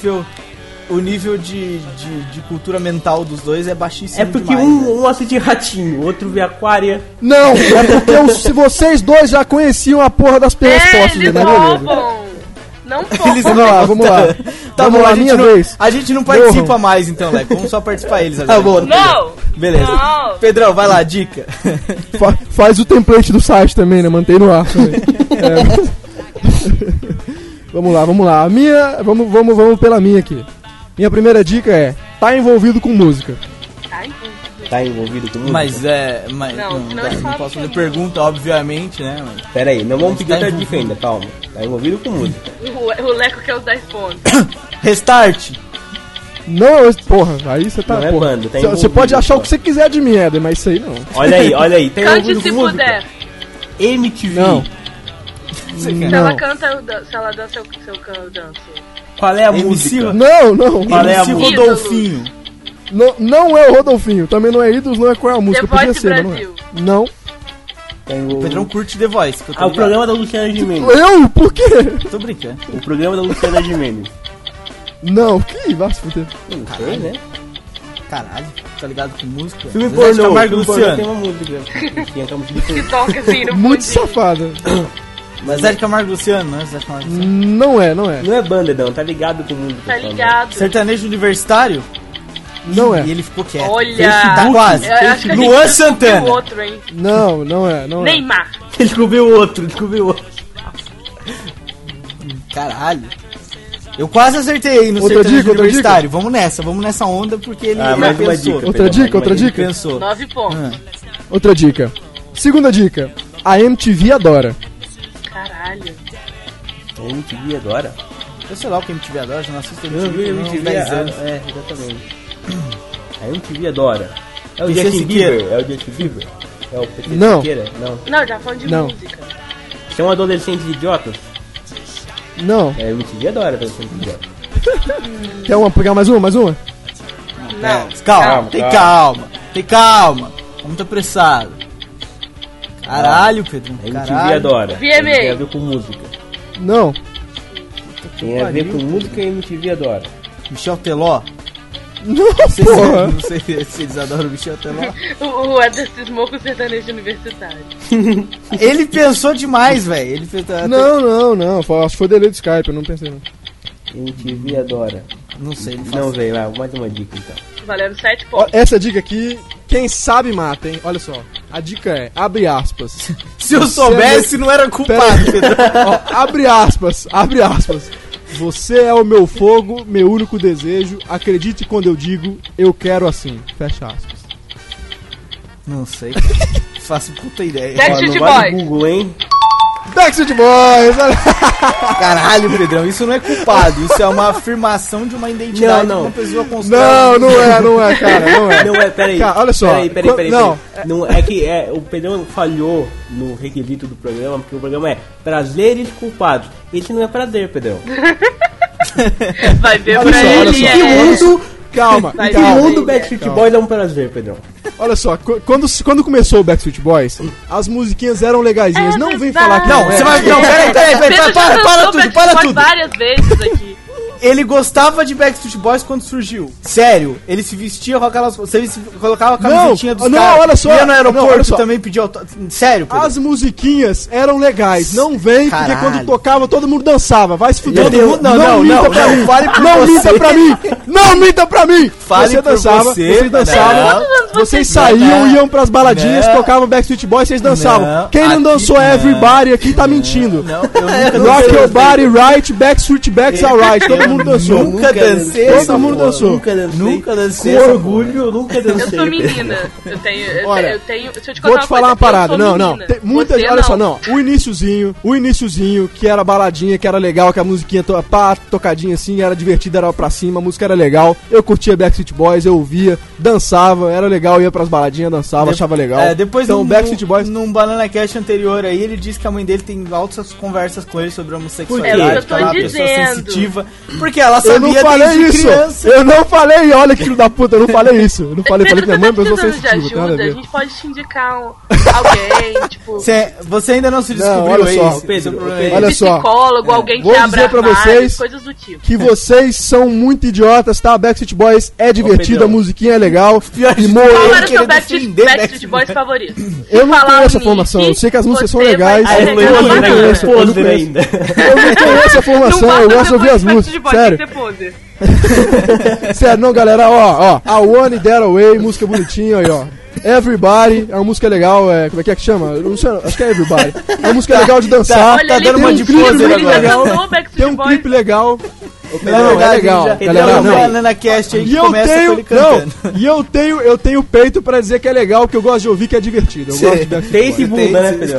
O nível de cultura mental dos dois é baixíssimo. É porque demais, né? um assiste ratinho, o outro vê aquária. Não, é porque se vocês dois já conheciam a porra das respostas, Eles né? Beleza. roubam. Não Eles roubam. Vamos lá, vamos lá. Tá Vamos bom, lá, a gente minha não, vez. a gente não participa mais então, Leco. Vamos só participar eles agora. Tá bom. Não! Beleza. Não! Pedrão, vai lá, dica. Faz o template do site também, né? Mantém no ar também. Vamos lá. A minha. Vamos pela minha aqui. Minha primeira dica é: tá envolvido com música. Ai, Tá envolvido com música? Mas Não, senão eles não falam posso que fazer não. pergunta, obviamente, né? Mas... Pera aí, não vamos pedir Tá outra envolvido. dica ainda, calma. Tá envolvido com música. o Leco quer os 10 pontos. Restart. Não, porra, aí você tá. Não é porra. banda, tá Você envolvido, pode achar só. o que você quiser de mim, Éder, mas isso aí não. Olha aí, tá Cante envolvido se com música. puder. MTV. Não. Se Não. ela canta, se ela dança, eu danço. Qual é a MC, música? Não. Qual é a MC música? Rodolfinho. Não é o Rodolfinho, também não é Ídolos, não é qual é a música. The Voice Podia ser, mas Brasil. não é. Tá O envolvido. Pedrão curte The Voice. Que eu tô Ah, o ligado. programa da Luciana Gimenez. Não. Eu? Por quê? Tô brincando. O programa da Luciana Gimenez. Não, que vai se fuder. Não sei, né? Caralho, tá ligado com música? Filme Zezé de pornô. Camargo e Filme pornô tem Luciano. uma música. Tinha a música Que toca assim no Muito fundinho. safada. Mas Zé de Camargo e Luciano, não é Zé de Camargo e Luciano. Não é. Não é banda, não. Tá ligado com música. Tá só, né? ligado. Sertanejo universitário? Não é. E ele ficou quieto. Olha! Tá quase. Eu acho que a gente Luan descobriu Santana. outro, hein? Não é. Neymar. Descobriu outro. Caralho. Eu quase acertei aí no Outra sertanejo dica, outra universitário. Vamos nessa onda porque ele Ah, mais uma pensou. dica. Outra Pedrão, dica, mais uma Ele dica. pensou. 9 pontos. Ah. Outra dica. Segunda dica. A MTV adora. Caralho. A MTV adora. Eu sei lá o que MTV adora, já não assisto Eu vi a MTV há uns MTV 10 anos. É, exatamente. A MTV adora. É o Justin Justin Siqueira. Bieber? É o Justin Bieber? É o PT Não. Siqueira? Não. Não, já falando de Não. música. São adolescentes idiotas? Não. É, a MTV adora adolescentes idiotas. Quer pegar mais uma? Não. Calma, tem calma. Vamos tá apressado. Caralho, Pedro. A MTV Caralho. adora. VMA. Tem a ver com música. Não. Tem a ver com música e a MTV adora. Michel Teló. Não, Vocês- porra. Não sei se eles adoram o Michel Teló. O Eder cismou com o sertanejo universitário. Ele pensou demais, velho. Ele fez. Não. Acho que foi delay do Skype, eu não pensei não. MTV adora. Não sei, não Não faço. veio, vai, mais uma dica então. Valendo 7 Ó, pontos. essa dica aqui, quem sabe mata, hein? Olha só. A dica é, abre aspas. Se eu soubesse, não era culpado, Pedro. Ó, abre aspas. Você é o meu fogo, meu único desejo. Acredite quando eu digo, eu quero assim. Fecha aspas. Não sei. Faço puta ideia. Backstreet Ó, não vale Boys. Google, hein? Backstreet Boys! Olha. Caralho, Pedrão, isso não é culpado. Isso é uma afirmação de uma identidade Não. que uma pessoa constrói. Não é, cara, não é. Não é, peraí. Cara, olha só. Peraí. Não. Não, é que o Pedrão falhou no requisito do programa, porque o programa é prazeres culpados. Esse não é prazer, Pedrão. Vai ver Olha pra só, olha ele. só. é. Que mundo... Calma, Vai Que ver. calma. mundo Backstreet Calma. Boys é um prazer, Pedrão. Olha só, quando começou o Backstreet Boys, as musiquinhas eram legaisinhas. É não vem verdade. falar que Não, não você é. vai. Não, peraí, Pedro já para dançou tudo, Backstreet para Boys tudo. várias vezes aqui. Ele gostava de Backstreet Boys quando surgiu. Sério, ele se vestia com aquelas. Você colocava a camisetinha dos não, caras. olha só, Ia no não, aeroporto olha só. também pediu sério, Pedro. As musiquinhas eram legais. Não vem, porque Caralho. quando tocava todo mundo dançava. Vai se fuder. Todo mundo- não, minta pra mim. fale por Não você. minta pra mim. Não minta pra mim. Fale você por dançava, você, vocês dançavam. não. Quantos anos Vocês você saíam, Não. iam pras baladinhas, Não. tocavam Backstreet Boys, vocês dançavam. Não. Quem não Aqui- dançou não. Everybody aqui tá mentindo. Não, eu nunca Rock dancei. your body right, Backstreet Backs alright. Todo mundo dançou. Nunca dancei. Todo essa mundo porra. dançou. Nunca dancei. Com essa orgulho, eu nunca dancei. Eu sou menina. Eu tenho. Olha, eu tenho. Deixa eu te contar Vou te falar uma coisa, parada. eu sou Não. menina. Tem muitas, Você olha só, não. O iniciozinho, que era baladinha, que era legal, que a musiquinha tocadinha assim, era divertida, era pra cima, a música era legal. Eu curtia Backstreet Boys, eu ouvia, dançava, era legal, ia pras baladinhas, dançava, achava legal. Depois então, Backstreet Boys. num Banana Cast anterior aí, ele disse que a mãe dele tem altas conversas com ele sobre homossexualidade. Por quê? Que ela é uma Eu tô pessoa dizendo. sensitiva. Porque ela Eu não sabia falei desde isso! criança. Eu não falei, olha que filho da puta, eu não falei isso. Eu não falei que minha mãe é uma pessoa precisando de sensitiva, tem nada a ajuda, a ver. gente pode te indicar alguém, tipo, Você ainda não se Não, descobriu olha aí, só, esse- Pedro, esse é o problema Pedro, aí. olha só. psicólogo, alguém Vou que abra dizer pra armários, vocês coisas do tipo. Que vocês são muito idiotas, tá? Backstreet Boys é divertido, Pedrão. a musiquinha é legal. Pior de E tudo, Moe- Qual ele era o seu querer Backstreet defender Backstreet Boys favorito? Eu não Falar tenho o essa Nick, formação, eu sei que as músicas são você legais. vai Ah, pegar eu uma não banana. conheço, eu não pôster conheço. ainda. Eu não tenho essa Não formação, eu basta gosto de ouvir as depois músicas. pode Sério. ter poser. Sério, não, galera, ó. A One That Away, música bonitinha aí, ó. Everybody, é uma música legal, como é que chama? Eu não sei, acho que é Everybody. É uma música legal de dançar. Olha, tá dando uma de poser agora. Tem um clipe legal. Na Não, verdade, é legal, já, galera, tem não. uma Banana Cast aí que E eu começa com ele cantando. eu tenho peito pra dizer que é legal, que eu gosto de ouvir, que é divertido. Eu gosto de Backstreet Tem esse Boys. bunda, né, Pedrão?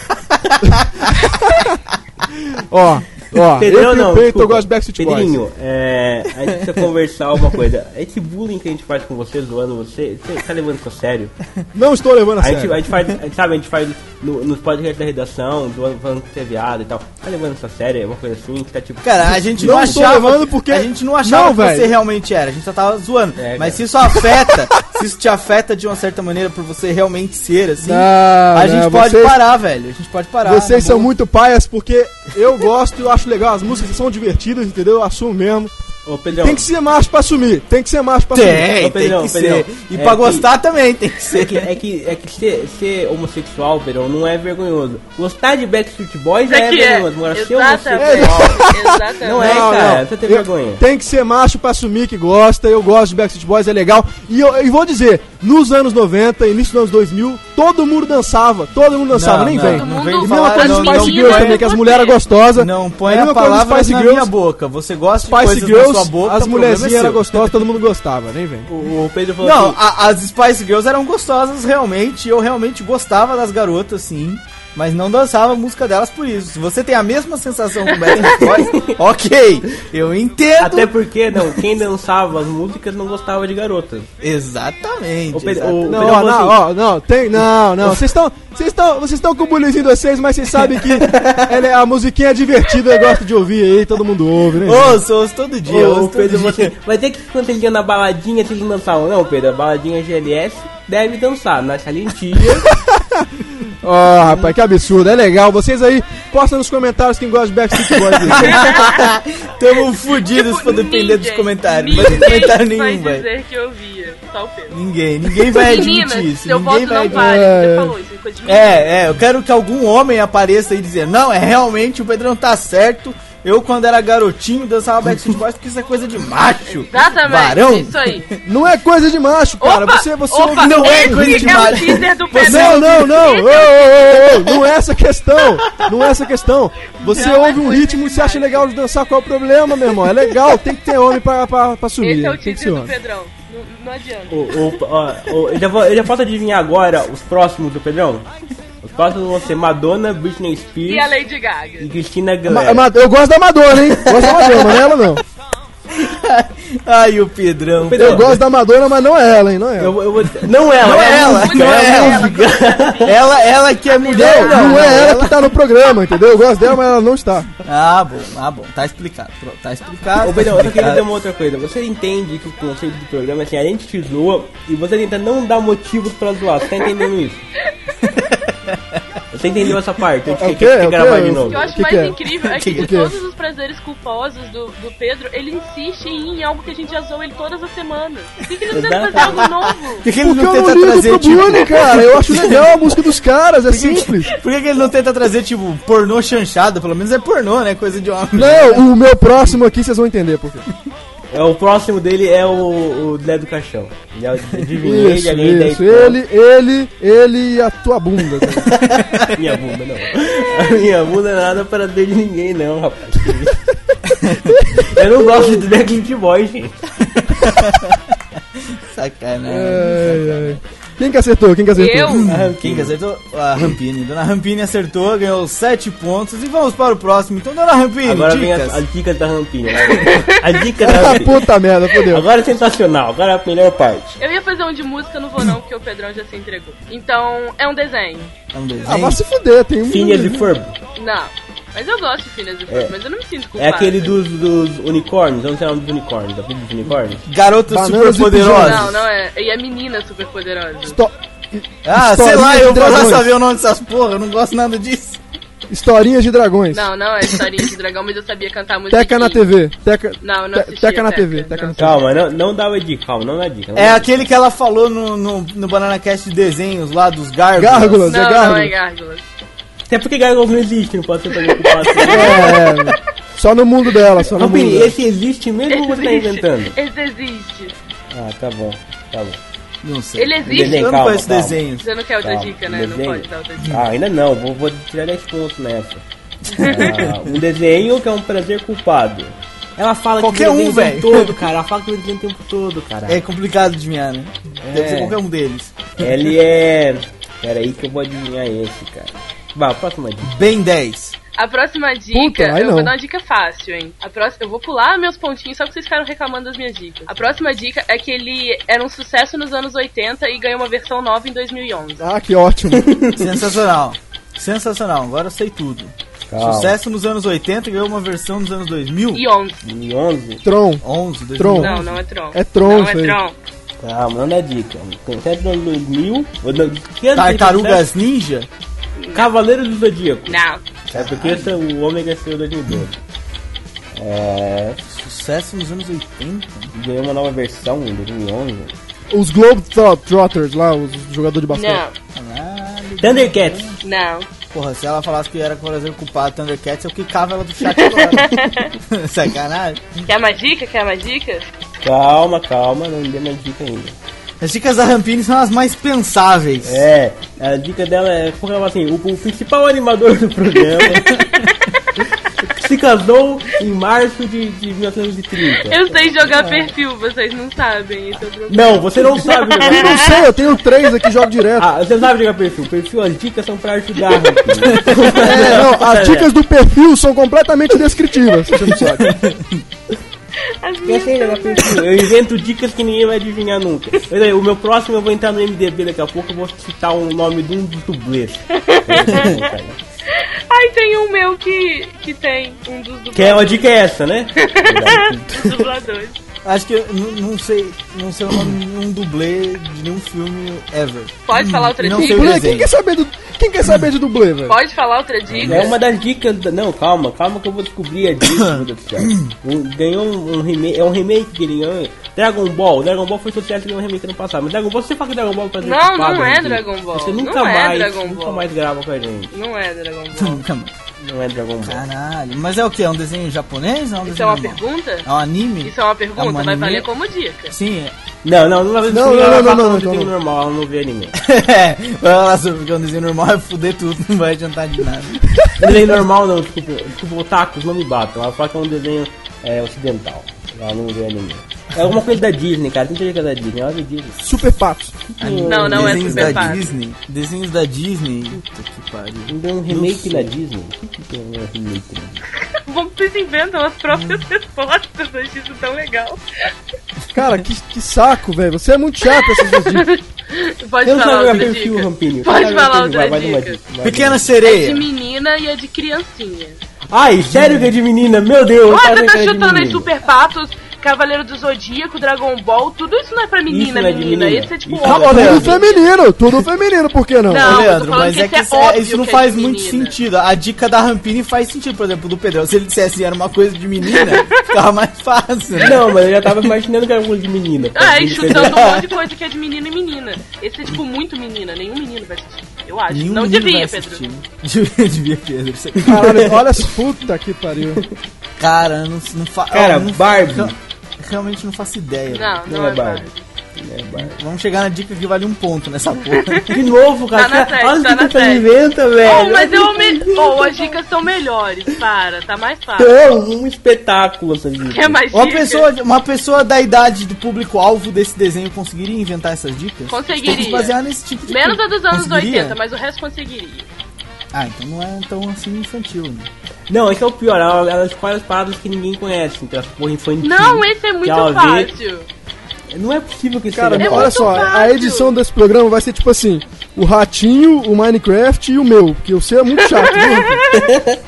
Ó, eu Pedrão, tenho não, peito, desculpa. eu gosto de Backstreet Boys. Pedrinho, a gente precisa conversar uma coisa. Esse bullying que a gente faz com você, zoando você tá levando isso a sério? Não estou levando a A gente, sério. a gente faz nos podcasts da redação, zoando, falando que você é viado e tal. Tá levando isso a sério? É uma coisa assim que tá tipo... Cara, a gente Não não estou achava. levando porque- A gente não achava Não, que você velho. realmente era, a gente só tava zoando. É, Mas cara. se isso afeta, se isso te afeta de uma certa maneira por você realmente ser assim, Não, a gente não, pode vocês- parar, velho. A gente pode parar. Vocês na são boa. muito paias porque eu gosto, eu acho legal, as músicas são divertidas, entendeu? Eu assumo mesmo. Ô, Pedrão, Tem que ser macho pra assumir, tem que ser macho pra assumir. Tem, Ô, Pedrão, tem que Pedrão, ser. E é pra que- gostar também tem que ser. é que ser homossexual, Pedrão, não é vergonhoso. Gostar de Backstreet Boys É é que é. vergonhoso. Agora, ser Exatamente. homossexual Exatamente. não é, cara. Você tem vergonha. Tem que ser macho pra assumir que gosta, eu gosto de Backstreet Boys, é legal. E vou dizer, nos anos 90, início dos anos 2000, todo mundo dançava, nem vem. Todo mundo- vem A mesma falar, coisa as dos não, Spice não Girls põe- também, que as mulheres eram gostosas. Não põe É a mesma coisa dos palavra Spice na Girls. minha boca. Você gosta de Spice coisas na Girls, sua boca, as o problema é mulherzinhas eram seu. gostosas, todo mundo gostava, nem vem. O Pedro falou Não, assim, as Spice Girls eram gostosas realmente. Eu realmente gostava das garotas, sim. Mas não dançava a música delas por isso. Se você tem a mesma sensação com Backstreet Boys, ok, eu entendo. até porque, não, quem dançava as músicas não gostava de garotas. Exatamente. O Pedro- exatamente. o- Não, Pedro falou assim, vocês estão com o bullyingzinho de vocês, mas vocês sabem que a musiquinha é divertida, eu gosto de ouvir aí, todo mundo ouve, né? Ouço todo dia. o ouço Pedro todo falou dia. assim, vai ter que quando ele ia na baladinha, vocês não dançavam. Não, Pedro, a baladinha GLS deve dançar. Na Salentia, Ó, rapaz, que absurdo, é legal. Vocês aí, postam nos comentários quem gosta de Backstreet Boys. aí. Tamo fudidos pra depender dos comentários. Não vai ter Ninguém comentário vai nenhum, velho. dizer que eu via. Só o Pedro. Ninguém vai Meninas, admitir isso. seu Ninguém voto vai não admitir. vale. É. Você falou isso, é coisa de menina. Eu quero que algum homem apareça e dizer, não, é realmente o Pedrão tá certo. Eu, quando era garotinho, dançava Backstreet Boys porque isso é coisa de macho. Exatamente, Varão. isso aí. Não é coisa de macho, cara. Opa, Você opa, não é esse coisa de é o macho. teaser do Você- Pedro. Não. Esse é o Não é essa questão. Não é essa questão. Você Não é ouve um coisa ritmo e de você acha macho. legal de dançar, qual é o problema, meu irmão? É legal, tem que ter homem pra assumir. Esse é o tem que ser teaser do homem. Pedrão. Não adianta. eu já posso adivinhar agora os próximos do Pedrão? Os próximos vão ser Madonna, Britney E a Spears Lady Gaga? e Christina Aguilera. Eu gosto da Madonna, hein? Gosto da Madonna, mas não é ela não. Ai, o Pedrão. Pedrão, Eu gosto da Madonna, mas não é ela, hein? Não é ela. eu vou... Não ela, Não é é ela, música, não é ela. música. Ela que é mulher, Não é ela que tá no programa, entendeu? Eu gosto dela, mas ela não está. Ah, bom, tá explicado. Pronto, tá explicado. Ô, Pedrão, eu só queria dizer uma outra coisa. Você entende que o conceito do programa é assim, a gente te zoa e você tenta não dar motivos pra zoar. Você tá entendendo isso? Você entendeu essa parte? A gente É o quer quê? gravar É o quê? de O novo. que eu acho Que mais é? incrível é que Que de que é? todos os prazeres culposos do Pedro, ele insiste em algo que a gente já zoa ele todas as semanas. Por que ele não tenta fazer algo novo? Por que ele Porque não eu não tenta ligo trazer, pro tipo... bullying, cara. Eu acho legal a música dos caras, é simples. Por que ele não tenta trazer, tipo, pornô chanchada? Pelo menos é pornô, né? Coisa de homem. Não, o meu próximo aqui vocês vão entender por quê. O próximo dele é o Zé do Caixão. Já adivinhei, Isso, já ganhei 10 isso. pontos. Ele e a tua bunda. Tá? Minha bunda não. A minha bunda não é nada para ver de ninguém, não, rapaz. Eu não gosto de Backstreet Boys, gente. Sacanagem. Ai, ai. Quem que acertou? Quem que acertou? Eu? Quem que acertou? A Rampini. Dona Rampini acertou, ganhou 7 pontos. E vamos para o próximo. Então, Dona Rampini, Agora vem dicas. a dica da Rampinha. A dica da Ah, Rampinha. puta merda, fodeu. Agora é sensacional, agora é a melhor parte. Eu ia fazer um de música, não vou não, porque o Pedrão já se entregou. Então, é um desenho. É um desenho. Ah, vai se fuder, tem um. Phineas e Ferb. Não. Mas eu gosto de Phineas e Ferb, mas eu não me sinto culpada. É aquele dos unicórnios, eu não sei o nome dos unicórnios, da filha dos unicórnios. Garotas Bananas super e poderosas. Não é. E a menina super poderosa. Ah, sei Historinha lá, de eu vou lá dragões. saber o nome dessas porra. Eu não gosto nada disso. Historinhas de dragões. Não é historinha de dragão, mas eu sabia cantar a música. Teca na TV. Teca, Não assistia teca na TV. Teca, Teca na não. TV. Calma, não dá a dica, calma, não dá dica. É aquele que ela falou no Banana Cast de desenhos lá dos gárgulas. Gárgulas, é Não é gárgulas. Gárgulas. Até porque Gargoyle não existe, não pode ser também culpado. É, Só no mundo dela, só no mundo Rampini, dela. esse existe mesmo ou você tá inventando? Esse existe. Ah, tá bom. Não sei. Ele existe. Desenho. Eu não Calma, conheço calma. desenhos. Você não quer outra Calma, dica, né? Não desenho? pode dar outra dica. Ah, ainda não, vou tirar 10 pontos nessa. Um desenho que é um prazer culpado. Ela fala Qualquer que o desenho um, o tempo velho. todo, cara. Ela fala que o desenho o tempo todo, cara. É complicado adivinhar, né? Deve ser qualquer um deles. Ele é... Pera aí que eu vou adivinhar esse, cara. Vai, próxima dica. Ben 10. A próxima dica, Puta, aí eu não. vou dar uma dica fácil, hein? Eu vou pular meus pontinhos só que vocês ficaram reclamando das minhas dicas. A próxima dica é que ele era um sucesso nos anos 80 e ganhou uma versão nova em 2011. Ah, que ótimo. Sensacional. Sensacional, agora eu sei tudo. Calma. Sucesso nos anos 80 e ganhou uma versão nos anos 2000. E 11. 2011? Tron. 11, 2000. Tron. Não, não é Tron. É Tron, Não isso é aí. Tron. Calma, não dá dica. Sucesso nos anos 2000. Que ano tem Tartarugas Ninja. sucesso? Cavaleiro do Zodíaco. Não. É porque esse é o Ômega saiu em 2012. Sucesso nos anos 80. Ganhou uma nova versão em 2011. Os Globetrotters lá, os jogadores de basquete. Não. Caralho. Thundercats. Não. Porra, se ela falasse que era prazer culpado Thundercats, eu quicava ela do chat agora. Sacanagem. Quer mais dica? Quer mais dicas? Calma, não me dê mais dica ainda. As dicas da Rampini são as mais pensáveis. É, a dica dela é porque ela assim, o principal animador do programa se casou em março de 1930. Eu sei jogar perfil, vocês não sabem. Esse é o problema. Não, você não sabe Eu não jogar. sei, eu tenho 3 aqui, jogo direto. Ah, você sabe jogar perfil. Perfil, as dicas são pra ajudar. É, não, as dicas do perfil são completamente descritivas, você não sabe. As Eu minhas sei jogar perfil. Eu invento dicas que ninguém vai adivinhar nunca. Mas aí, o meu próximo eu vou entrar no MDB daqui a pouco. Eu vou citar o nome de um dos dublês. Ai, tem um meu que tem um dos Que é uma dica é essa, né? dos dubladores. Acho que eu não sei o nome de nenhum dublê de nenhum filme ever. Pode falar outra não dica? sei o Dublê, desenho. quem quer saber de dublê, velho? Pode falar outra dica? É uma das dicas. Não, calma que eu vou descobrir a dica. Meu Deus do céu. Ganhou um remake. É um remake que ele ganhou. Dragon Ball foi sucesso e ganhou um remake no passado. Mas Dragon Ball, você fala que Dragon Ball pra Não, não é Dragon Ball. Você nunca Não é mais, Dragon nunca Ball. mais grava com a gente. Não é Dragon Ball. Não é Dragon Ball. Caralho, mas é o que? É um desenho japonês ou é um Isso é desenho uma normal? pergunta? É um anime? Isso é uma pergunta? um Vai anime? valer como dica. Sim. Não vai Não, ela fala não, um desenho não. normal, ela não vê anime. Vai falar sobre porque é um desenho normal, vai fuder tudo, não vai adiantar de nada. Desenho normal não, desculpa, otakus não me batam. Ela fala que é um desenho ocidental. Ela não vê anime. É alguma coisa da Disney, cara. Tem dica da Disney, ela vê Disney. Super Patos. Não, não é Desenhos Super da Pato. Disney. Desenhos da Disney. Puta que pariu. Tem um remake da Disney. O que é um remake da Disney? Vocês inventam as próprias respostas, eu acho isso tão legal. Cara, que saco, velho. Você é muito chato essas duas dicas. Pode Eu não falar sabe jogar outra perfil, dica. Rampinho. Pode Sabe falar jogar outra perfil, vai numa dica. vai Pequena numa. É de sereia. menina e é de criancinha. Ai, sério que é de menina? Meu Deus. Ué, eu tava você tá pensando que era de chutando aí menino. Super Patos, Cavaleiro do Zodíaco, Dragon Ball, tudo isso não é pra menina, Isso não é de menina. menina. Esse é tipo Isso homem. Tudo feminino, por que não? Não. Ô, eu tô Leandro, falando mas que é que esse é óbvio isso não que é faz de muito menina. sentido. A dica da Rampini faz sentido, por exemplo, do Pedrão. Se ele dissesse que era uma coisa de menina, ficava mais fácil. Né? Não, mas eu já tava imaginando que era coisa de menina. Ah, e chutando um monte de coisa que é de menino e menina. Esse é tipo muito menina, nenhum menino vai assistir. Eu acho. Nenhum Não menino devia, vai Pedro. assistir. Devia, Pedro. Você- Caralho, olha essa puta que pariu. Cara, não faço. Cara, Barbie. Realmente não faço ideia. Não, Não é é Barbie. Barbie. Não é Barbie. Vamos chegar na dica que vale um ponto nessa porra. De novo, cara. Tá na sete, Olha tá o que na você sete. inventa, velho. Oh, mas as dicas são melhores, para, tá mais fácil. Então, um espetáculo essa dica. Quer mais Uma dicas? uma pessoa da idade do público-alvo desse desenho conseguiria inventar essas dicas? Conseguiria. Tem que se basear nesse tipo de Menos coisa. a dos anos Conseguiria? 80, mas o resto conseguiria. Ah, então não é tão assim infantil, né? Não, esse é o pior. Ela escolhe as paradas que ninguém conhece. Então, essa porra infantil. Não, esse é muito que ela vê. fácil. Não é possível que isso Cara, seja bom. olha muito só, a fácil. edição desse programa vai ser tipo assim: o Ratinho, o Minecraft e o meu, porque você é muito chato, viu?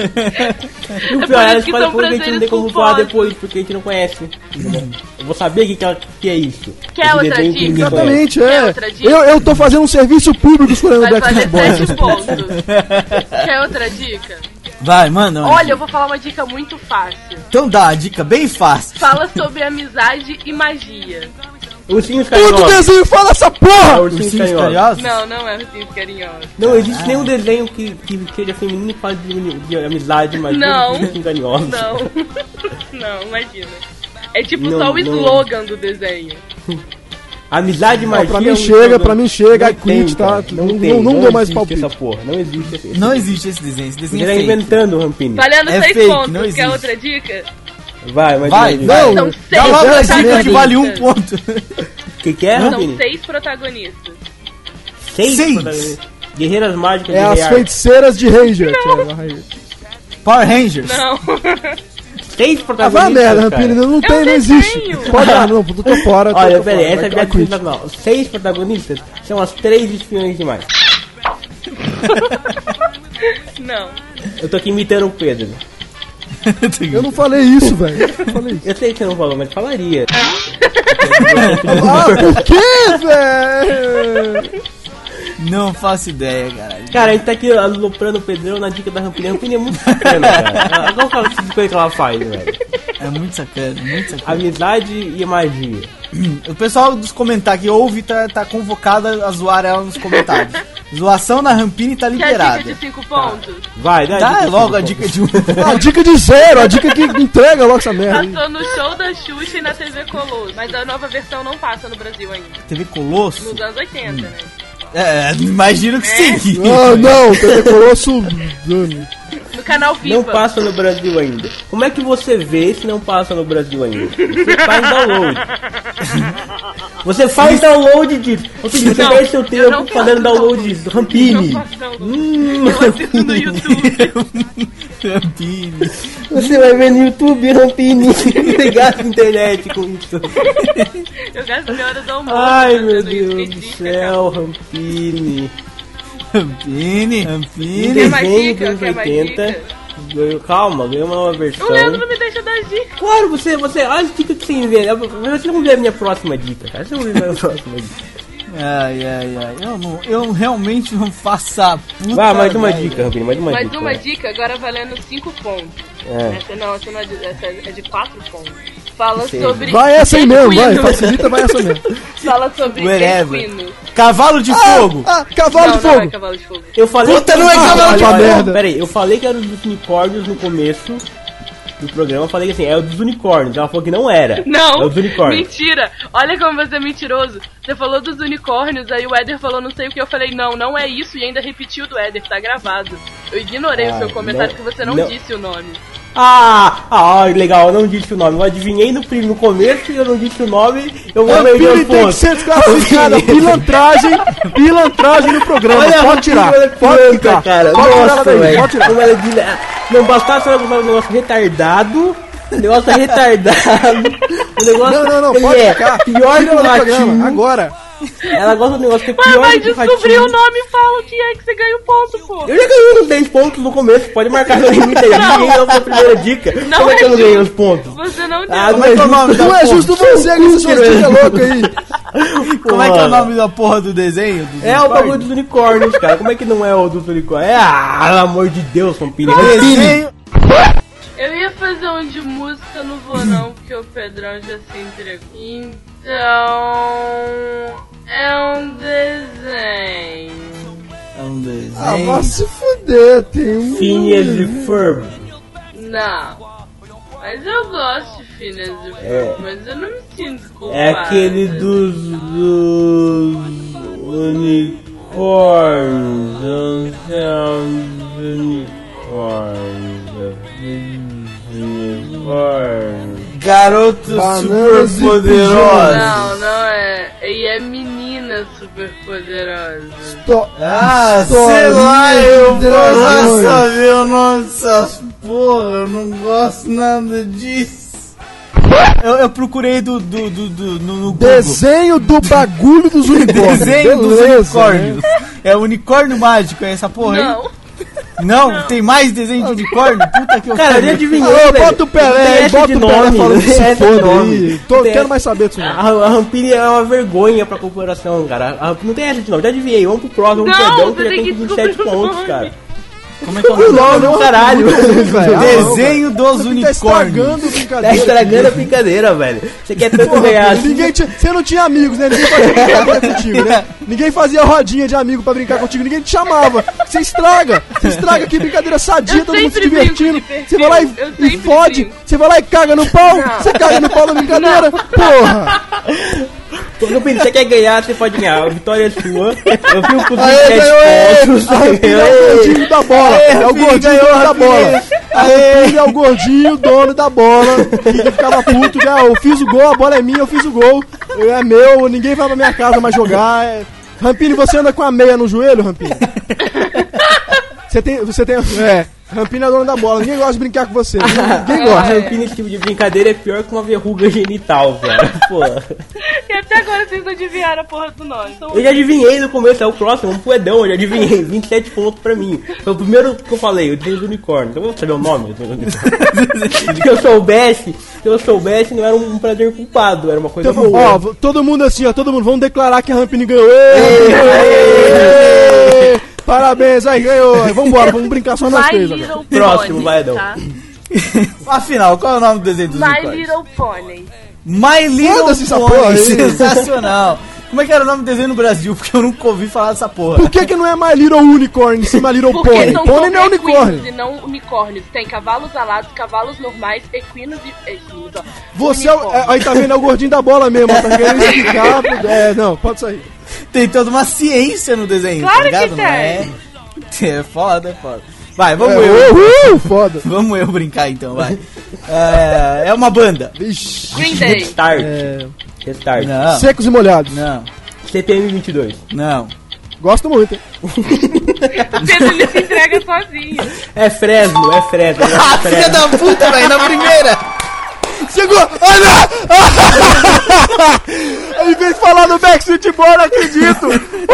E o É pior, por ela isso que escolhe são coisa que a gente não tem como prazeres falar culposos. depois, porque a gente não conhece. Eu vou saber que é isso. Quer Esse outra desenho que dica? ninguém conhece. Exatamente, Quer é. outra dica? Eu tô fazendo um serviço público escolhendo o Vai Backstreet valer Boys. 7 pontos. Quer outra dica? Vai, manda. uma Olha, dica. eu vou falar uma dica muito fácil. Então dá, a dica bem fácil. Fala sobre amizade e magia. Ursinhos Todo carinhosos. desenho fala essa porra! Ursinhos Ursinhos carinhosos. carinhosos? Não é ursinhos carinhosos. Não existe nenhum desenho que seja feminino e fale de amizade, mas Não. ursinhos carinhosos. Não, imagina. É tipo Não, só o não. slogan do desenho. Amizade e magia. pra mim é um chega, slogan. pra mim chega, Não I quit, tem, tá? cara, Não dou mais existe palpite. essa porra, não existe esse. Não existe esse desenho Você é tá fake. inventando, Rampini. Valendo É 6 fake, pontos. não Quer existe. outra dica? Vai, mas Vai, Não, São Dá 6 logo a Essa dica merda. que vale 1 ponto. O que é, São Rampini? 6 protagonistas. Seis. protagonistas. Guerreiras mágicas É de as Rei feiticeiras de Ranger. Power Rangers. Não. 6 Ah, protagonistas. vai a merda, cara. Rampini, não tem, não desenho. existe. Pode dar, não, tô fora. Olha, tô pera aí, fora. essa é I viagem quit. sensacional. 6 protagonistas são as 3 espiões demais. Não. Eu tô aqui imitando o Pedro. Eu não falei isso, velho. Eu não falei isso. Eu sei que você não falou, mas falaria. Ah, por quê, velho? Não faço ideia, caralho. Cara, a gente tá aqui aloprando o Pedrão na dica da Rampini. A Rampini é muito bacana, cara. Qual que é o tipo de coisa que ela faz, velho? É muito sacana, muito sacana. Amizade e magia. O pessoal dos comentários que ouve tá convocado a zoar ela nos comentários. Zoação na Rampini tá Quer liberada. dica de 5 pontos? Vai, dá Dá dica, logo a pô. dica de 1. A dica de 0, a dica que entrega logo essa merda. aí. Passou no show da Xuxa e na TV Colosso. Mas a nova versão não passa no Brasil ainda. TV Colosso? Nos anos 80, né? Imagino que sim. Ah, não, TV Colosso. No canal Viva. Não passa no Brasil ainda. Como é que você vê se não passa no Brasil ainda? Você faz download. Você faz download disso. Ou seja, você Não, perde seu eu não tempo fazendo faço download disso. Eu Rampini. não faço download. Eu assisto no YouTube. Rampini. Você vai ver no YouTube, Rampini. Você gasta internet com isso. Eu gasto minha hora do almoço. Ai, meu fazendo Deus isso. do céu, Rampini. Rampini. Um Rampini. Quer mais desenho dica? dos Quer mais 80. dica? Ganhou, calma, ganhou uma nova versão. O Leandro não me deixa dar dica. Claro, você, olha as dicas que você inventa. Você não vê a minha próxima dica, cara. Você não vê a minha próxima dica. Ai. Eu realmente não faço a puta. Vai, mais uma ideia. dica, Rampini, mais uma Mais dica. uma dica, agora valendo 5 pontos. É. Essa não é de, essa é de 4 pontos. Fala Sei. sobre. Vai essa aí mesmo, vai. equinos. Facilita, vai essa mesmo. Fala sobre Wherever. equinos. Cavalo de fogo. Cavalo de Não é fogo. cavalo de fogo. Eu falei Puta, que não é cavalo de Olha, merda. Pera aí, eu falei que era dos unicórnios no começo do programa. Eu falei que assim, é o dos unicórnios. Ela falou que não era. Não, É o dos unicórnios. mentira. Olha como você é mentiroso. Você falou dos unicórnios, aí o Éder falou não sei o que. Eu falei, não é isso. E ainda repetiu do Éder, tá gravado. Eu ignorei o seu comentário não- que você não não. disse o nome. Legal, eu não disse o nome. Eu adivinhei no começo e eu não disse o nome. Eu vou perder Rampini os tem que pontos. ser desclassificada. Pilantragem no programa. Olha, Pode tirar. ela é Pode pilantra, tirar. cara. Pode tirar ela Nossa, daí. velho. Pode tirar. Como ela é não bastasse ela usar um negócio retardado. O negócio é retardado. O negócio Não, ele pode é ficar. pior que Tira o ela do programa, ratinho. agora. Ela gosta do negócio que é Ué, pior vai que o descobrir ratinho. o nome e fala o que é que você ganha um ponto, pô. Eu já ganhei uns 10 pontos no começo, pode marcar no limite aí. Eu ganhei a primeira dica. Não Como é que eu não é ganhei justo. os pontos? Você não deu. Como é que é o nome Não é justo você com essas suas dicas loucas aí. Como é que é o nome da porra do desenho? Do É o bagulho dos unicórnios, cara. Como é que não é o dos unicórnios? Pelo amor de Deus, Rampini. Desenho. Eu ia fazer um de música, não vou não, porque o Pedrão já se entregou. Então. É um desenho. É um desenho. Ah, vai se fuder, tem um. Phineas e Ferb. Não. Mas eu gosto de Phineas e Ferb, mas eu não me sinto culpada. É aquele dos unicórnios. Não são os unicórnios. Garoto Bananas super e poderoso. Não é. E é menina super poderosa. Ah, Historinha sei lá, de eu vou dragões. saber o nome dessas porra, eu não gosto nada disso. Eu procurei no Google. Desenho do bagulho dos unicórnios. Desenho dos Beleza, unicórnios. É o unicórnio mágico, é essa porra aí? Não. Não, tem mais desenho de unicórnio? Puta que eu Cara, eu já pariu. adivinhei, Ô, velho. bota o Pelé Tem aí, essa bota de o Pelé nome, falando que tem se essa de foda nome. aí. Tem Quero mais saber disso. não. A Rampini é uma vergonha pra corporação, cara. Não tem essa de novo, já adivinhei. Vamos pro próximo, vamos Não, perdão, que você já tem tem que 27 descobrir o pontos, nome. cara. Como é que é o Não, nome? caralho. Desenho dos Tá unicórnios. estragando a Tá brincadeira. estragando a brincadeira, velho. Você quer tanto Porra, ganhar filho, assim? você não tinha amigos, né? Ninguém fazia brincadeira contigo, né? Ninguém fazia rodinha de amigo pra brincar contigo, ninguém te chamava. Você estraga que brincadeira sadia, Eu todo mundo se sempre brinco divertindo. de perfil, Você vai lá eu e sempre fode, brinco. você vai lá e caga no pau, Não. você caga no pau da brincadeira. Porra! Quando você quer ganhar, você pode ganhar. A vitória é sua. Eu vi o Aê, ganhou, pontos. A Rampini é o gordinho da bola. É o gordinho dono da bola. A Rampini é o gordinho dono da bola. Que ficava puto, né? Eu fiz o gol, a bola é minha, eu fiz o gol. É meu, ninguém vai pra minha casa mais jogar. Rampini, você anda com a meia no joelho, Rampini? Você tem. Rampini é dono da bola, ninguém gosta de brincar com você. Ninguém A gosta. Rampini, esse tipo de brincadeira é pior que uma verruga genital, velho. Pô. E até agora vocês não adivinharam a porra do nome. Então, Eu já adivinhei no começo, é o próximo, um poedão, eu já adivinhei, 27 pontos pra mim. Foi o primeiro que eu falei, o desenho do unicórnio. Então eu vou saber o nome do unicórnio. Se eu soubesse, não era um prazer culpado, era uma coisa Então, boa. ó, todo mundo assim, ó, todo mundo, vamos declarar que a Rampini ganhou. Ê! Parabéns, aí ganhou. Vambora, vamos brincar só nós My três agora. Little Próximo, Pony, vai, Adão. tá? Afinal, qual é o nome do desenho dos My unicórnios? Little Pony. My Little Foda-se essa Pony. porra aí. Sensacional. Como é que era o nome do desenho no Brasil? Porque eu nunca ouvi falar dessa porra. Por que não é My Little Unicorn, sim My Little Porque Pony? são Pony não é equinos unicórnio. e não unicórnios. Tem cavalos alados, cavalos normais, equinos e... Equinos, ó. Você é o, Unicórnio. aí tá vendo, é o gordinho da bola mesmo, tá querendo explicar. Não, pode sair. Tem toda uma ciência no desenho, Claro tá ligado? que Não é? É foda, é foda. Vai, vamos Foda. Vamos eu brincar então, vai. É uma banda. Ixi. Green Day. Restart. Restart. Não, Secos e molhados. não, CPM 22. não. Gosto muito, hein? O Pedro ele se entrega sozinho. É Fresno, é Fresno. Ah, filha da puta, velho, na primeira. Chegou! Olha! Ele veio falar no Backstreet Boy, não acredito!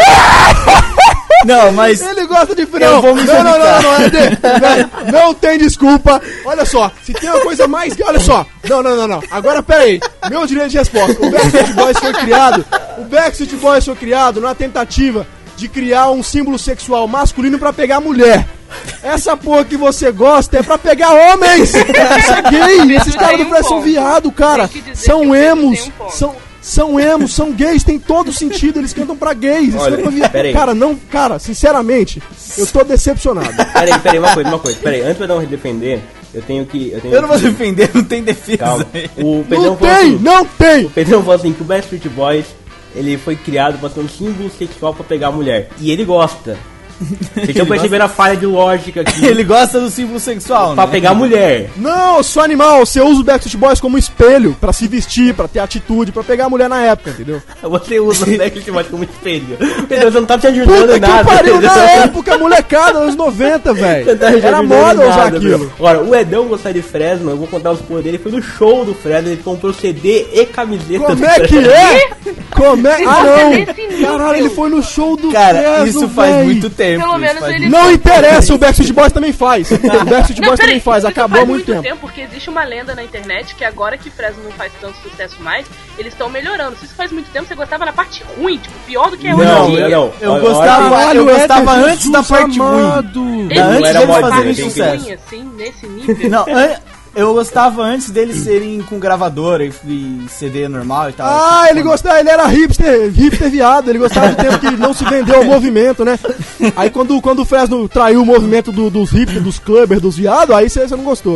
Não, mas... Ele gosta de frio. Eu vou me não, explicar. Ed, não tem desculpa. Olha só, se tem uma coisa mais... Olha só. Não. Agora, pera aí. Meu direito de resposta. O Backstreet Boys foi criado na tentativa de criar um símbolo sexual masculino pra pegar mulher. Essa porra que você gosta é pra pegar homens. Isso é gay. Esses caras não parecem um viado, cara. Tem que dizer que São o Pedro emos. tem um ponto. São emos, são gays, tem todo sentido, eles cantam pra gays. Eles Olha, cantam pra viado. peraí. Cara, sinceramente, eu tô decepcionado. Peraí, uma coisa. Peraí, antes de eu não defender, eu tenho que... Eu não vou defender, não tem defesa. Calma. O Não Pedrão falou tem, assim, não tem! o Pedrão falou assim que o Backstreet Boys, ele foi criado pra ser um símbolo sexual pra pegar a mulher. E ele gosta. Vocês estão percebendo a falha de lógica aqui. Ele gosta do símbolo sexual, Pra né? pegar a mulher. Não, eu sou animal, você usa o Backstreet Boys como espelho pra se vestir, pra ter atitude, pra pegar a mulher na época, entendeu? Você usa o Backstreet Boys como espelho. Pedrão, você não tá te ajudando Puta em que nada. pariu, entendeu? na época, molecada, anos 90, Você velho. não tá te Era ajudando moda em usar nada, aquilo. meu. Agora, o Edão gostar de Fresno, eu vou contar os poderes dele. Foi no show do Fresno, ele comprou CD e camiseta Como do é que Fresno. é? Como é? Ah, Você não! nesse nível. Caralho, ele foi no show do Cara, Fresno, isso faz véi. muito tempo. Pelo isso menos faz ele- Não interessa, o Backstreet Boys também faz. O Backstreet Não, Boys peraí, também faz, isso acabou há faz muito tempo. porque existe uma lenda na internet que agora que Fresno não faz tanto sucesso mais, eles estão melhorando. Se isso faz muito tempo, você gostava na parte ruim, tipo, pior do que é hoje Não, em dia. não. Eu Olha, gostava, Caralho, eu gostava Éder antes da Jesus parte ruim. amado. Eles Antes não era tinham uma modelo, parte tem sucesso. ruim, assim, nesse nível. Não, eu gostava antes deles serem com gravadora e CD normal e tal. Ah, ele gostava, ele era hipster viado, ele gostava do tempo que não se vendeu ao movimento, né? Aí quando o Fresno traiu o movimento dos hipsters, dos clubbers, dos viados, aí você não gostou.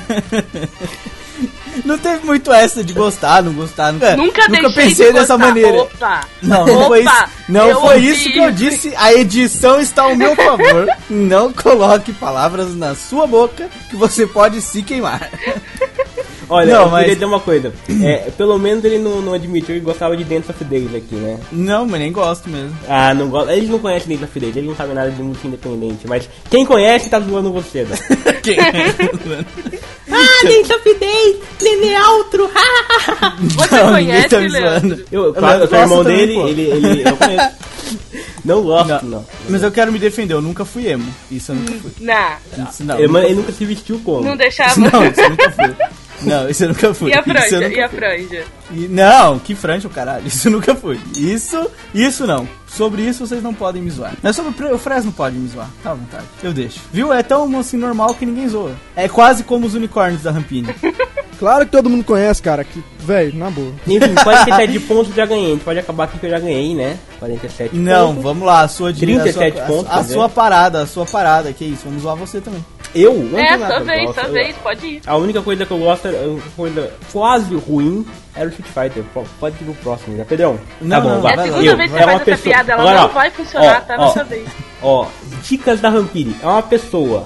Não teve muito essa de gostar, não gostar. Nunca deixei pensei de dessa gostar. maneira. Opa! Não foi isso. Opa, Não eu foi ouvi isso que eu disse. A edição está ao meu favor. Não coloque palavras na sua boca que você pode se queimar. Olha, Não, eu mas- queria dizer uma coisa. Pelo menos ele não admitiu que gostava de Dance of Days aqui, né? Não, mas nem gosto mesmo. Ah, não gosta. Eles não conhecem Dance of Days, eles não sabem nada de música independente. Mas quem conhece tá zoando você, né? Quem? Ah, Dance of Days, Lene Altro, Você Não, ninguém tá conhece, me Leandro? zoando. Eu gosto sou irmão também, dele, pô. ele eu conheço. Não gosto, não. Mas eu quero me defender, eu nunca fui emo. Isso eu nunca fui. Não, Isso não. Ele nunca se vestiu como. não deixava. Não, isso eu nunca fui. Não, isso eu nunca fui. E a Isso eu franja? nunca E a fui. franja? Não, que franja, o caralho. Isso eu nunca fui. Isso não. Sobre isso vocês não podem me zoar. Mas sobre o Fresno pode me zoar. Tá à vontade. Eu deixo. Viu? É tão assim normal que ninguém zoa. É quase como os unicórnios da Rampini. Claro que todo mundo conhece, cara. Que, velho, na boa. Enfim, 47 pontos eu já ganhei. A gente pode acabar aqui que eu já ganhei, né? 47 Não, pontos. vamos lá. A sua dica. 37 pontos, A quer dizer. sua parada. Que isso? Vamos zoar você também. Eu? Não tem nada Sua que eu vez, gosto. sua vez, pode ir. A única coisa que eu gosto, uma coisa quase ruim, era o Street Fighter. Pode ir pro próximo, já, Pedrão? Não, tá bom, não, vai. É a vai lá. segunda vez que você É uma faz essa pessoa. piada, ela Agora, não ó, vai funcionar, tá na ó, sua vez. Ó, dicas da Rampini. É uma pessoa.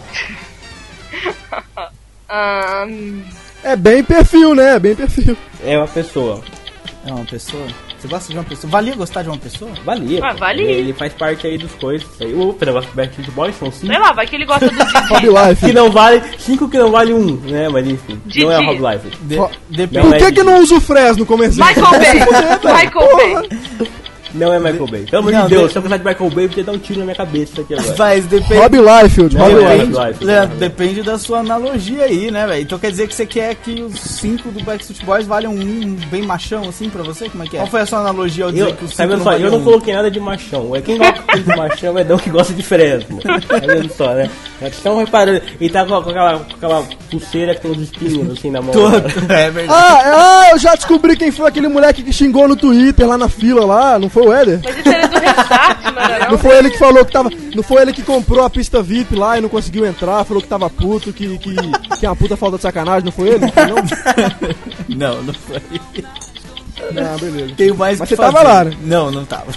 É bem perfil, né? É bem perfil. É uma pessoa. É uma pessoa? Você gosta de uma pessoa? Valia gostar de uma pessoa? Valia. Ah, pô. valia. Ele faz parte aí dos coisas. O negócio do Backstreet Boys são 5. Sei lá, vai que ele gosta do Hobby Didi. Life. Que não vale. 5 que não vale 1, né? Mas enfim. Didi. Não é Hobby Life. Depende. Não Por é que Didi. não usa o Fresno como exemplo? Michael Bay. Michael Bay. Não é Michael Bay. Pelo amor Não, de Deus, se eu gostar de Michael Bay, eu vou dar um tiro na minha cabeça aqui agora. Mas depende. Hobby Life, Não, Hobby eu Life. Hobby Life. Depende da sua analogia aí, né, velho? Então quer dizer que você quer que os 5 do Backstreet Boys valham um bem machão, assim, pra você? Como é que é? Qual foi a sua analogia ao dizer que os 5 Tá vendo não só? Eu valiam não um? coloquei nada de machão. É quem gosta de machão é Dão que gosta de Fresno. Tá vendo só, né? Estão reparando. Ele tá com aquela pulseira que tem os espinhos assim na mão. É verdade. Eu já descobri quem foi aquele moleque que xingou no Twitter lá na fila lá. Não foi o Éder? Mas isso era do Restart, não era Não não? foi ele que falou que tava. Não foi ele que comprou a pista VIP lá e não conseguiu entrar, falou que tava puto, que é uma puta falta de sacanagem, não foi ele? Não foi, não? Não foi. Ah, beleza. Tenho mais o Mas que você fazer. tava lá, né? Não tava.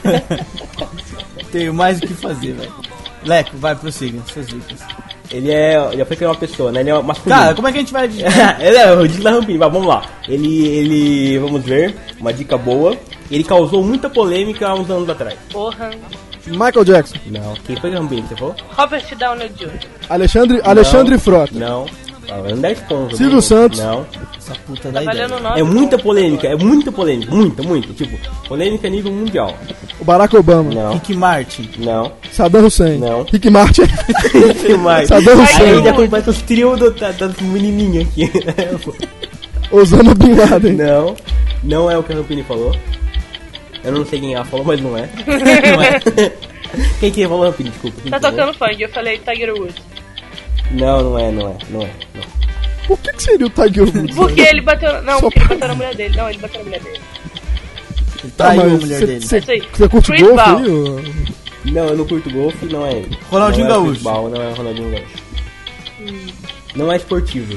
Tenho mais o que fazer, velho. Leco, vai, prossiga, suas dicas. Ele já foi criar uma pessoa, né? Ele é masculino. Cara, como é que a gente vai... Ele é o dica da Rampini, mas vamos lá. Ele, vamos ver, uma dica boa. Ele causou muita polêmica há uns anos atrás. Porra. Michael Jackson. Não. Quem foi a Rampini, você falou? Robert Downey Jr. Alexandre Frota. Não. Tá valendo 10 pontos. Silvio não. Santos. Não. Essa puta da Tá ideia. valendo 9. É muita polêmica, muita. Tipo, polêmica a nível mundial. O Barack Obama. Não. Rick Martin. Não. Saddam Hussein. Não. Rick Martin. Que mais? Saddam Aí Hussein. já completa os trios das menininhas aqui. Osama Bin Laden. Não. Não é o que a Rampini falou. Eu não sei quem ela falou, mas não é. Não é? Quem que falou, Rampini? Desculpa. quem Tá falou? tocando funk, eu falei Tiger Woods. Não é. Por que seria o Tiger Woods? Porque ele bateu. Não, Só porque ele pra- bateu na mulher dele. Não, ele bateu na mulher dele. Ele traiu a mas mulher cê- dele. cê- É isso aí. Você curte Chris golfe Paul. aí? Ou... Não, eu não curto golfe, não é ele. Ronaldinho não é o Gaúcho. Chris Paul, não é o Ronaldinho Gaúcho. Não é esportivo.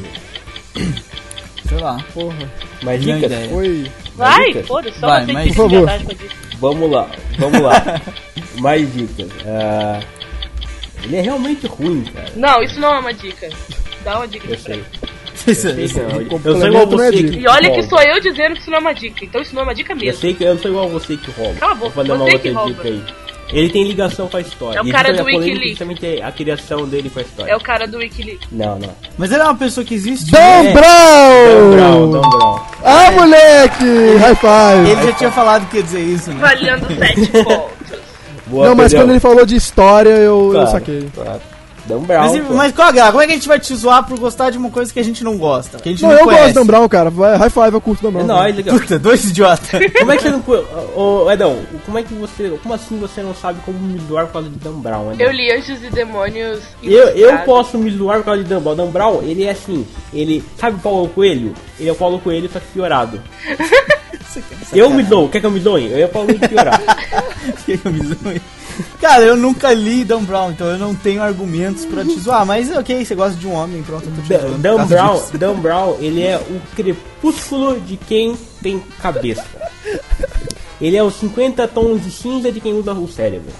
Sei lá. Porra. Mas Minha dicas? ideia. Foi. Vai, dicas? foda-se, só Vai, você mas- que por tem favor. verdade com a dica. Vamos lá. Mais dicas. Ele é realmente ruim, cara. Não, isso não é uma dica. Dá uma dica Eu pra sei. Isso Eu sei que não. Eu complemento sou igual não é você. dica. que E olha que rouba. sou eu dizendo que isso não é uma dica. Então isso não é uma dica Eu mesmo. sei que eu sou igual você que rouba. Cala a boca, Vou fazer uma você outra que rouba. dica aí. Ele tem ligação com a história. É o E cara isso do a polêmica, Wikileaks. Justamente a criação dele com a história. É o cara do Wikileaks. Não. Mas ele é uma pessoa que existe. Dan né? Brown! Dan Brown. Ah, moleque! High five! Ele já tinha falado que ia dizer isso, né? Valendo 7 pontos. Boa, Não, mas Pedrão. quando ele falou de história, eu Claro, saquei. claro. Dan Brown. Mas, pô. mas qual a graça? Como é que a gente vai te zoar por gostar de uma coisa que a gente não gosta? Que a gente Não, não, eu conhece? gosto do Dan Brown, cara. Vai, high five, eu curto Dan Brown. É nóis, legal. Puta, dois idiotas. Como é que você não. Ô, Edão, como assim você não sabe como me zoar por causa de Dan Brown, Edão? Eu li Anjos e Demônios. Eu Ilustrados. posso me zoar por causa de Dan Brown. Dan Brown, ele é assim, ele. Sabe o Paulo Coelho? Ele é o Paulo Coelho, só que piorado. Eu me zoo, quer que eu me zoe? Eu ia Paulo Coelho piorado. Cara, eu nunca li Dan Brown, então eu não tenho argumentos pra te zoar. Mas ok, você gosta de um homem, pronto, eu tô te zoando. Dan por causa disso. Dan Brown, ele é o crepúsculo de quem tem cabeça. Ele é os 50 tons de cinza de quem usa o cérebro.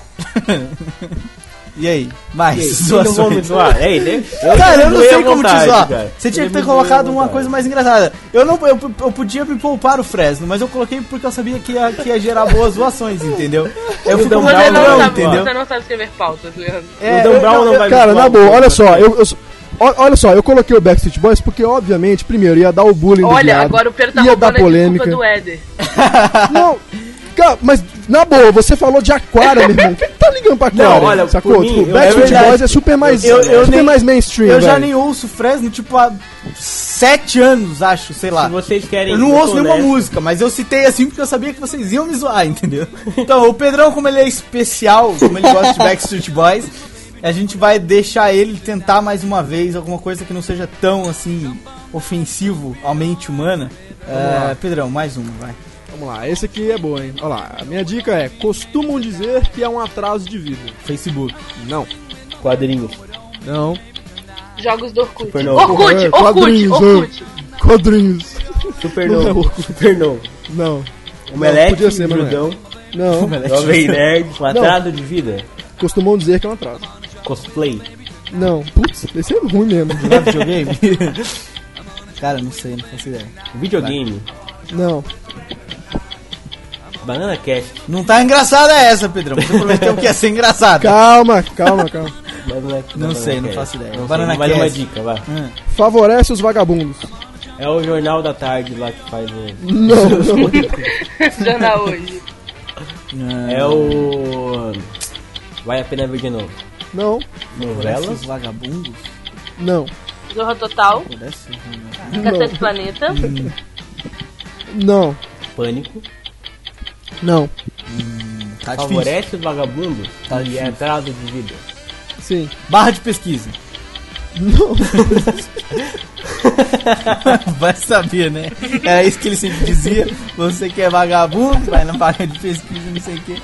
E aí? Mais E aí, vocês não vão me zoações. zoar? É, né? Cara, eu não zoei sei à como vontade, te zoar. cara. Você tinha que Eu ter me zoei à colocado uma vontade. coisa mais engraçada. Eu podia me poupar o Fresno, mas eu coloquei porque eu sabia que ia gerar boas zoações, entendeu? Eu fui como Dan Você Brown não, padrão, sabe, entendeu? você não sabe escrever pautas, Leandro. É, O Dan Brown não vai me Cara, zoar, na boa, pô. olha só, olha só, eu coloquei o Backstreet Boys porque, obviamente, primeiro, ia dar o bullying do Olha, viado, agora o Pedro tá ia dar roubando a polêmica. desculpa do Éder. Não, cara, mas, na boa, você falou de Aquara, meu irmão. Quem tá ligando pra Aquara? Não, olha, sacou? por mim, Tipo, é Backstreet verdade. Boys é super mais, Eu super nem- mais mainstream, Eu já velho. nem ouço Fresno, tipo, há 7 anos, acho, sei lá. Se vocês querem... Eu não ouço nenhuma honesto, música, mas eu citei assim porque eu sabia que vocês iam me zoar, entendeu? Então, o Pedrão, como ele é especial, como ele gosta de Backstreet Boys, a gente vai deixar ele tentar mais uma vez alguma coisa que não seja tão, assim, ofensivo à mente humana. Pedrão, mais uma, vai. Vamos lá, esse aqui é boa, hein? Olha lá, a minha dica é: costumam dizer que é um atraso de vida. Facebook. Não. Quadrinhos. Não. Jogos do Orkut. Supernova. Orkut. Quadrinhos. Supernova. Não é Orkut. Supernova. Não. Omelete, podia ser, mas não é. Judão, Não. Jovem Nerd, um atraso de vida. Costumam dizer que é um atraso. Cosplay. Não. Putz, esse é ruim mesmo. Jogar videogame? Cara, não sei, não faço ideia. Videogame. Não. Banana Cast. Não tá engraçada essa, Pedrão. Você prometeu que ia ser engraçada. Calma. Não sei, não faço ideia. Não Banana sei, mais uma Cast. dica, vai. Favorece os vagabundos. É o Jornal da Tarde lá que faz o... Não. Jornal hoje. É o... Vale a pena ver de novo. Não. Novelas. Os vagabundos? Não. Zorra Total. Parece. Cacete Planeta. Não. Pânico. Não. Tá difícil. Favorece os vagabundos. Tá E é difícil. atraso de vida. Sim. Barra de pesquisa. Não. Vai saber, né? Era isso que ele sempre dizia. Você que é vagabundo, vai na barra de pesquisa, não sei o quê.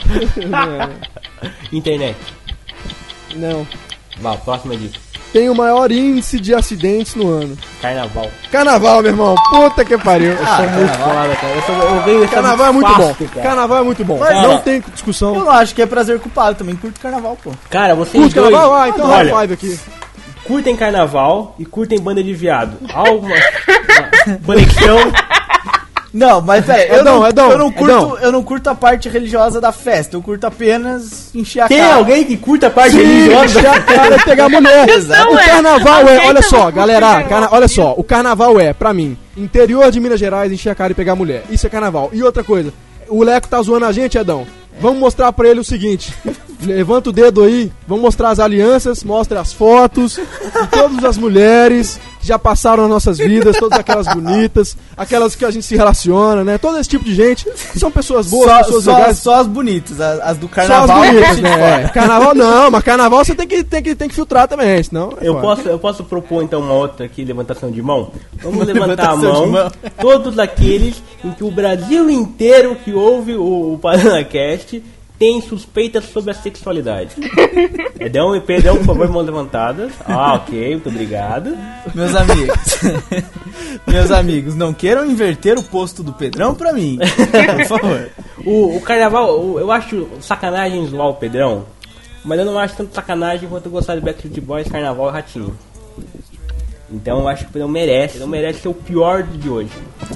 Internet. Não. Vá, próxima dica. Tem o maior índice de acidentes no ano. Carnaval. Carnaval, meu irmão. Puta que pariu. Foda, cara. Eu venho dessa Carnaval é muito bom. fácil, cara. Carnaval é muito bom. Mas, não cara, tem discussão. Eu não acho que é prazer culpado, também curto carnaval, pô. Cara, vocês Curte dois... carnaval? Ah, então high olha, five aqui. curtem carnaval e curtem banda de viado. Há uma conexão... Não, mas peraí, eu Edão, eu não curto a parte religiosa da festa, eu curto apenas encher a Tem cara. alguém que curta a parte Sim, religiosa? encher a cara e pegar mulher. Exato. O carnaval Alguém olha também só, curte galera, carnaval. olha só, o carnaval pra mim, interior de Minas Gerais, encher a cara e pegar mulher. Isso é carnaval. E outra coisa, o Leco tá zoando a gente, Edão. Vamos mostrar pra ele o seguinte. Levanta o dedo aí, vamos mostrar as alianças, mostra as fotos de todas as mulheres que já passaram nas nossas vidas, todas aquelas bonitas, aquelas que a gente se relaciona, né? Todo esse tipo de gente são pessoas boas, pessoas legais. Só as bonitas, as do Só carnaval. as bonitas, que né? É. Carnaval não, mas carnaval você tem que filtrar também, senão... é foda. Eu posso propor então uma outra aqui, levantação de mão? Vamos levantar a Levantação de mão, mão. todos aqueles em que o Brasil inteiro que ouve o ParanaCast tem suspeitas sobre a sexualidade. Edão e Pedrão, por favor, mãos levantadas. Ah, ok, muito obrigado. Meus amigos, não queiram inverter o posto do Pedrão pra mim, por favor. O carnaval, eu acho sacanagem zoar o Pedrão, mas eu não acho tanto sacanagem quanto eu gostar de Backstreet Boys, Carnaval e Ratinho. Então eu acho que o Pedrão merece. Ele merece ser o pior de hoje.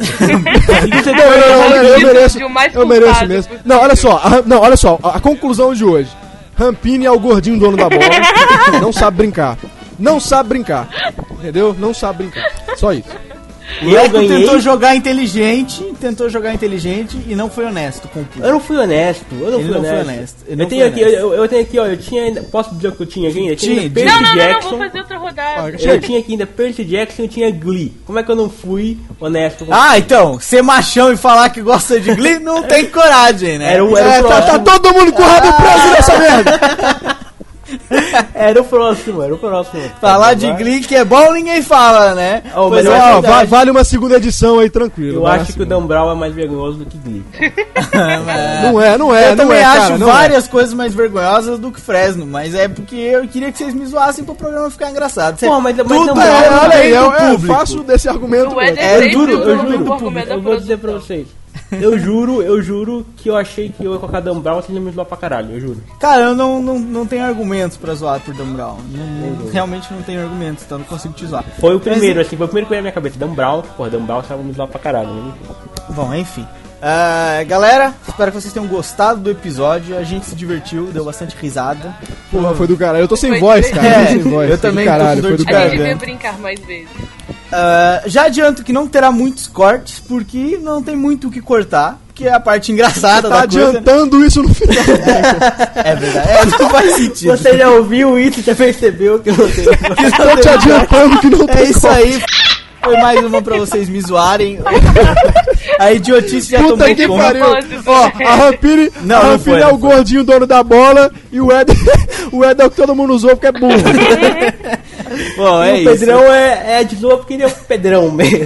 Eu mereço mesmo. Não, olha só, a conclusão de hoje. Rampini é o gordinho dono da bola. Não sabe brincar. Entendeu? Não sabe brincar. Só isso. O Leco tentou jogar inteligente e não foi honesto com o público. Eu não fui honesto. Eu tenho aqui, ó, eu tinha ainda. Posso dizer o que eu tinha aqui ainda? Tinha. Percy Não, Jackson. vou fazer outra rodada. Eu tinha aqui ainda Percy Jackson e eu tinha Glee. Como é que eu não fui honesto com Então, ser machão e falar que gosta de Glee não tem coragem, né? Era o Tá próximo. todo mundo com o rabo preso nessa merda. Era o próximo. Falar de Glee que é bom, ninguém fala, né? Oh, Pois mas é, eu acho- verdade. Vale uma segunda edição aí, tranquilo. Eu vai acho na que o Dan Brown é mais vergonhoso do que Glee. Não é, Eu também cara, acho não é. várias coisas mais vergonhosas do que Fresno, mas é porque eu queria que vocês me zoassem pro programa ficar engraçado. Pô, mas Tudo não, é, Olha aí, do eu público. faço desse argumento. Não é mesmo. defeito juro, do eu público, juro, o argumento da eu vou dizer pra produção. vocês. Eu juro que eu achei que eu ia colocar Dan Brown, vocês iam me zoar pra caralho, eu juro. Cara, eu não tenho argumentos pra zoar por Dan Brown. Realmente não tenho argumentos, então não consigo te zoar. Foi o primeiro, assim, foi o primeiro que veio na minha cabeça. Dan Brown, porra, Dan Brown, vocês vão me zoar pra caralho. Né? Bom, enfim. Galera, espero que vocês tenham gostado do episódio. A gente se divertiu, deu bastante risada. Porra, foi do caralho. Eu tô sem Foi voz, do- cara. É, tô sem voz. eu Foi do também tô caralho, com dor foi de do A garganta. gente caralho. devia brincar mais vezes. Já adianto que não terá muitos cortes, porque não tem muito o que cortar. que é a parte engraçada Tá da coisa. adiantando isso no final. É verdade, não faz sentido. Você já ouviu isso e já percebeu que não tem. Tô te adiantando que não tem É isso como. aí. Foi mais uma pra vocês me zoarem. A idiotice já Puta tomou que conta. pariu. Ó, a Rampini, Não, a não Rampini foi, é não o gordinho dono da bola e o Ed, o Ed é o que todo mundo usou porque é burro. Bom, é o isso. Pedrão é de zoa porque ele é o Pedrão mesmo.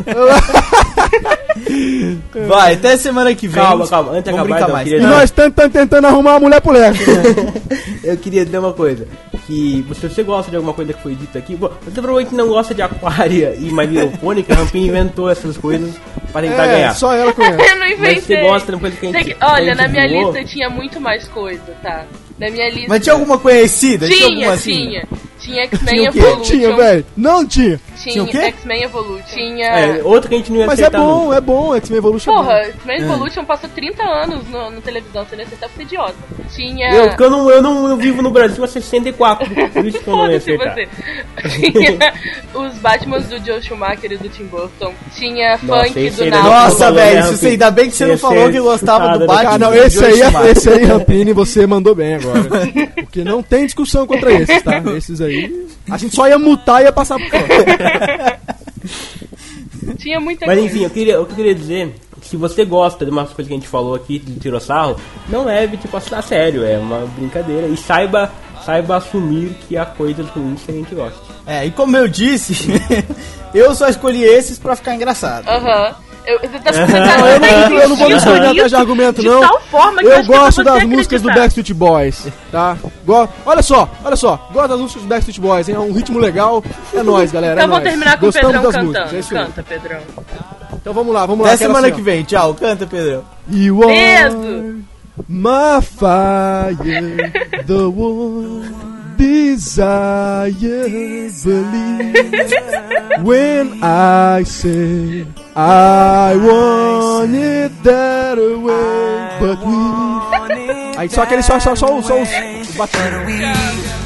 Vai, até semana que vem. Calma, antes de Vamos acabar, brincar então, mais. queria E nós estamos tentando arrumar uma mulher pro Leco. Eu queria dizer uma coisa, que se você gosta de alguma coisa que foi dita aqui, bom, você provavelmente não gosta de aquária e magia eufônica, a Rampinha inventou essas coisas pra tentar ganhar. Só ela conhece. Eu não inventei. Mas você gosta de uma coisa que a gente... Olha, na minha zoou? lista tinha muito mais coisa, tá? Na minha lista... Mas tinha alguma conhecida? Tinha, alguma tinha. Tinha X-Men Tinha o quê? Evolution. Tinha, velho. Não tinha. Tinha o quê? X-Men Evolution. Tinha... É, outra que a gente não ia Mas é acertar bom, nunca. é bom. X-Men Evolution é bom. Porra, X-Men Evolution passou 30 anos no televisão, você não ia acertar porque é idiota. Tinha... Porque eu não vivo no Brasil há 64, por isso que eu não ia Foda-se acertar. você. Tinha os Batmans do Joe Schumacher e do Tim Burton. Tinha Nossa, Funk esse do aí Naldo. Nossa, Falou, velho, né, isso Rampinha? ainda bem que você não Ia falou ser que gostava chutada, do né? Batman. Ah, não, do esse Joe Schumacher. aí, Rampini, você mandou bem agora. Porque não tem discussão contra esses, tá? Esses aí, a gente só ia mutar e ia passar por fora. Tinha muita Mas coisa. enfim, o que eu queria dizer, se você gosta de umas coisas que a gente falou aqui, de tirossauro, não leve tipo a sério, é uma brincadeira. E saiba assumir que há coisas ruins que a gente gosta. É, e como eu disse, eu só escolhi esses pra ficar engraçado. Aham. Eu não vou me esfregar atrás de argumento, não. De tal forma que Eu acho que é pra gosto você das músicas do acreditar. Backstreet Boys, tá? Olha só. Gosto das músicas do Backstreet Boys, hein? É um ritmo legal. É nóis, galera. Então é vamos nóis. terminar com Gostamos o Pedrão das músicas, é cantando. isso aí. Canta, Pedrão. Então vamos lá. Até aquela semana assim, que ó. vem. Tchau. Canta, Pedrão. You are Beijo. my fire, the one desire, believe when I say I want it that way, but we. Aí só aquele só os batidos.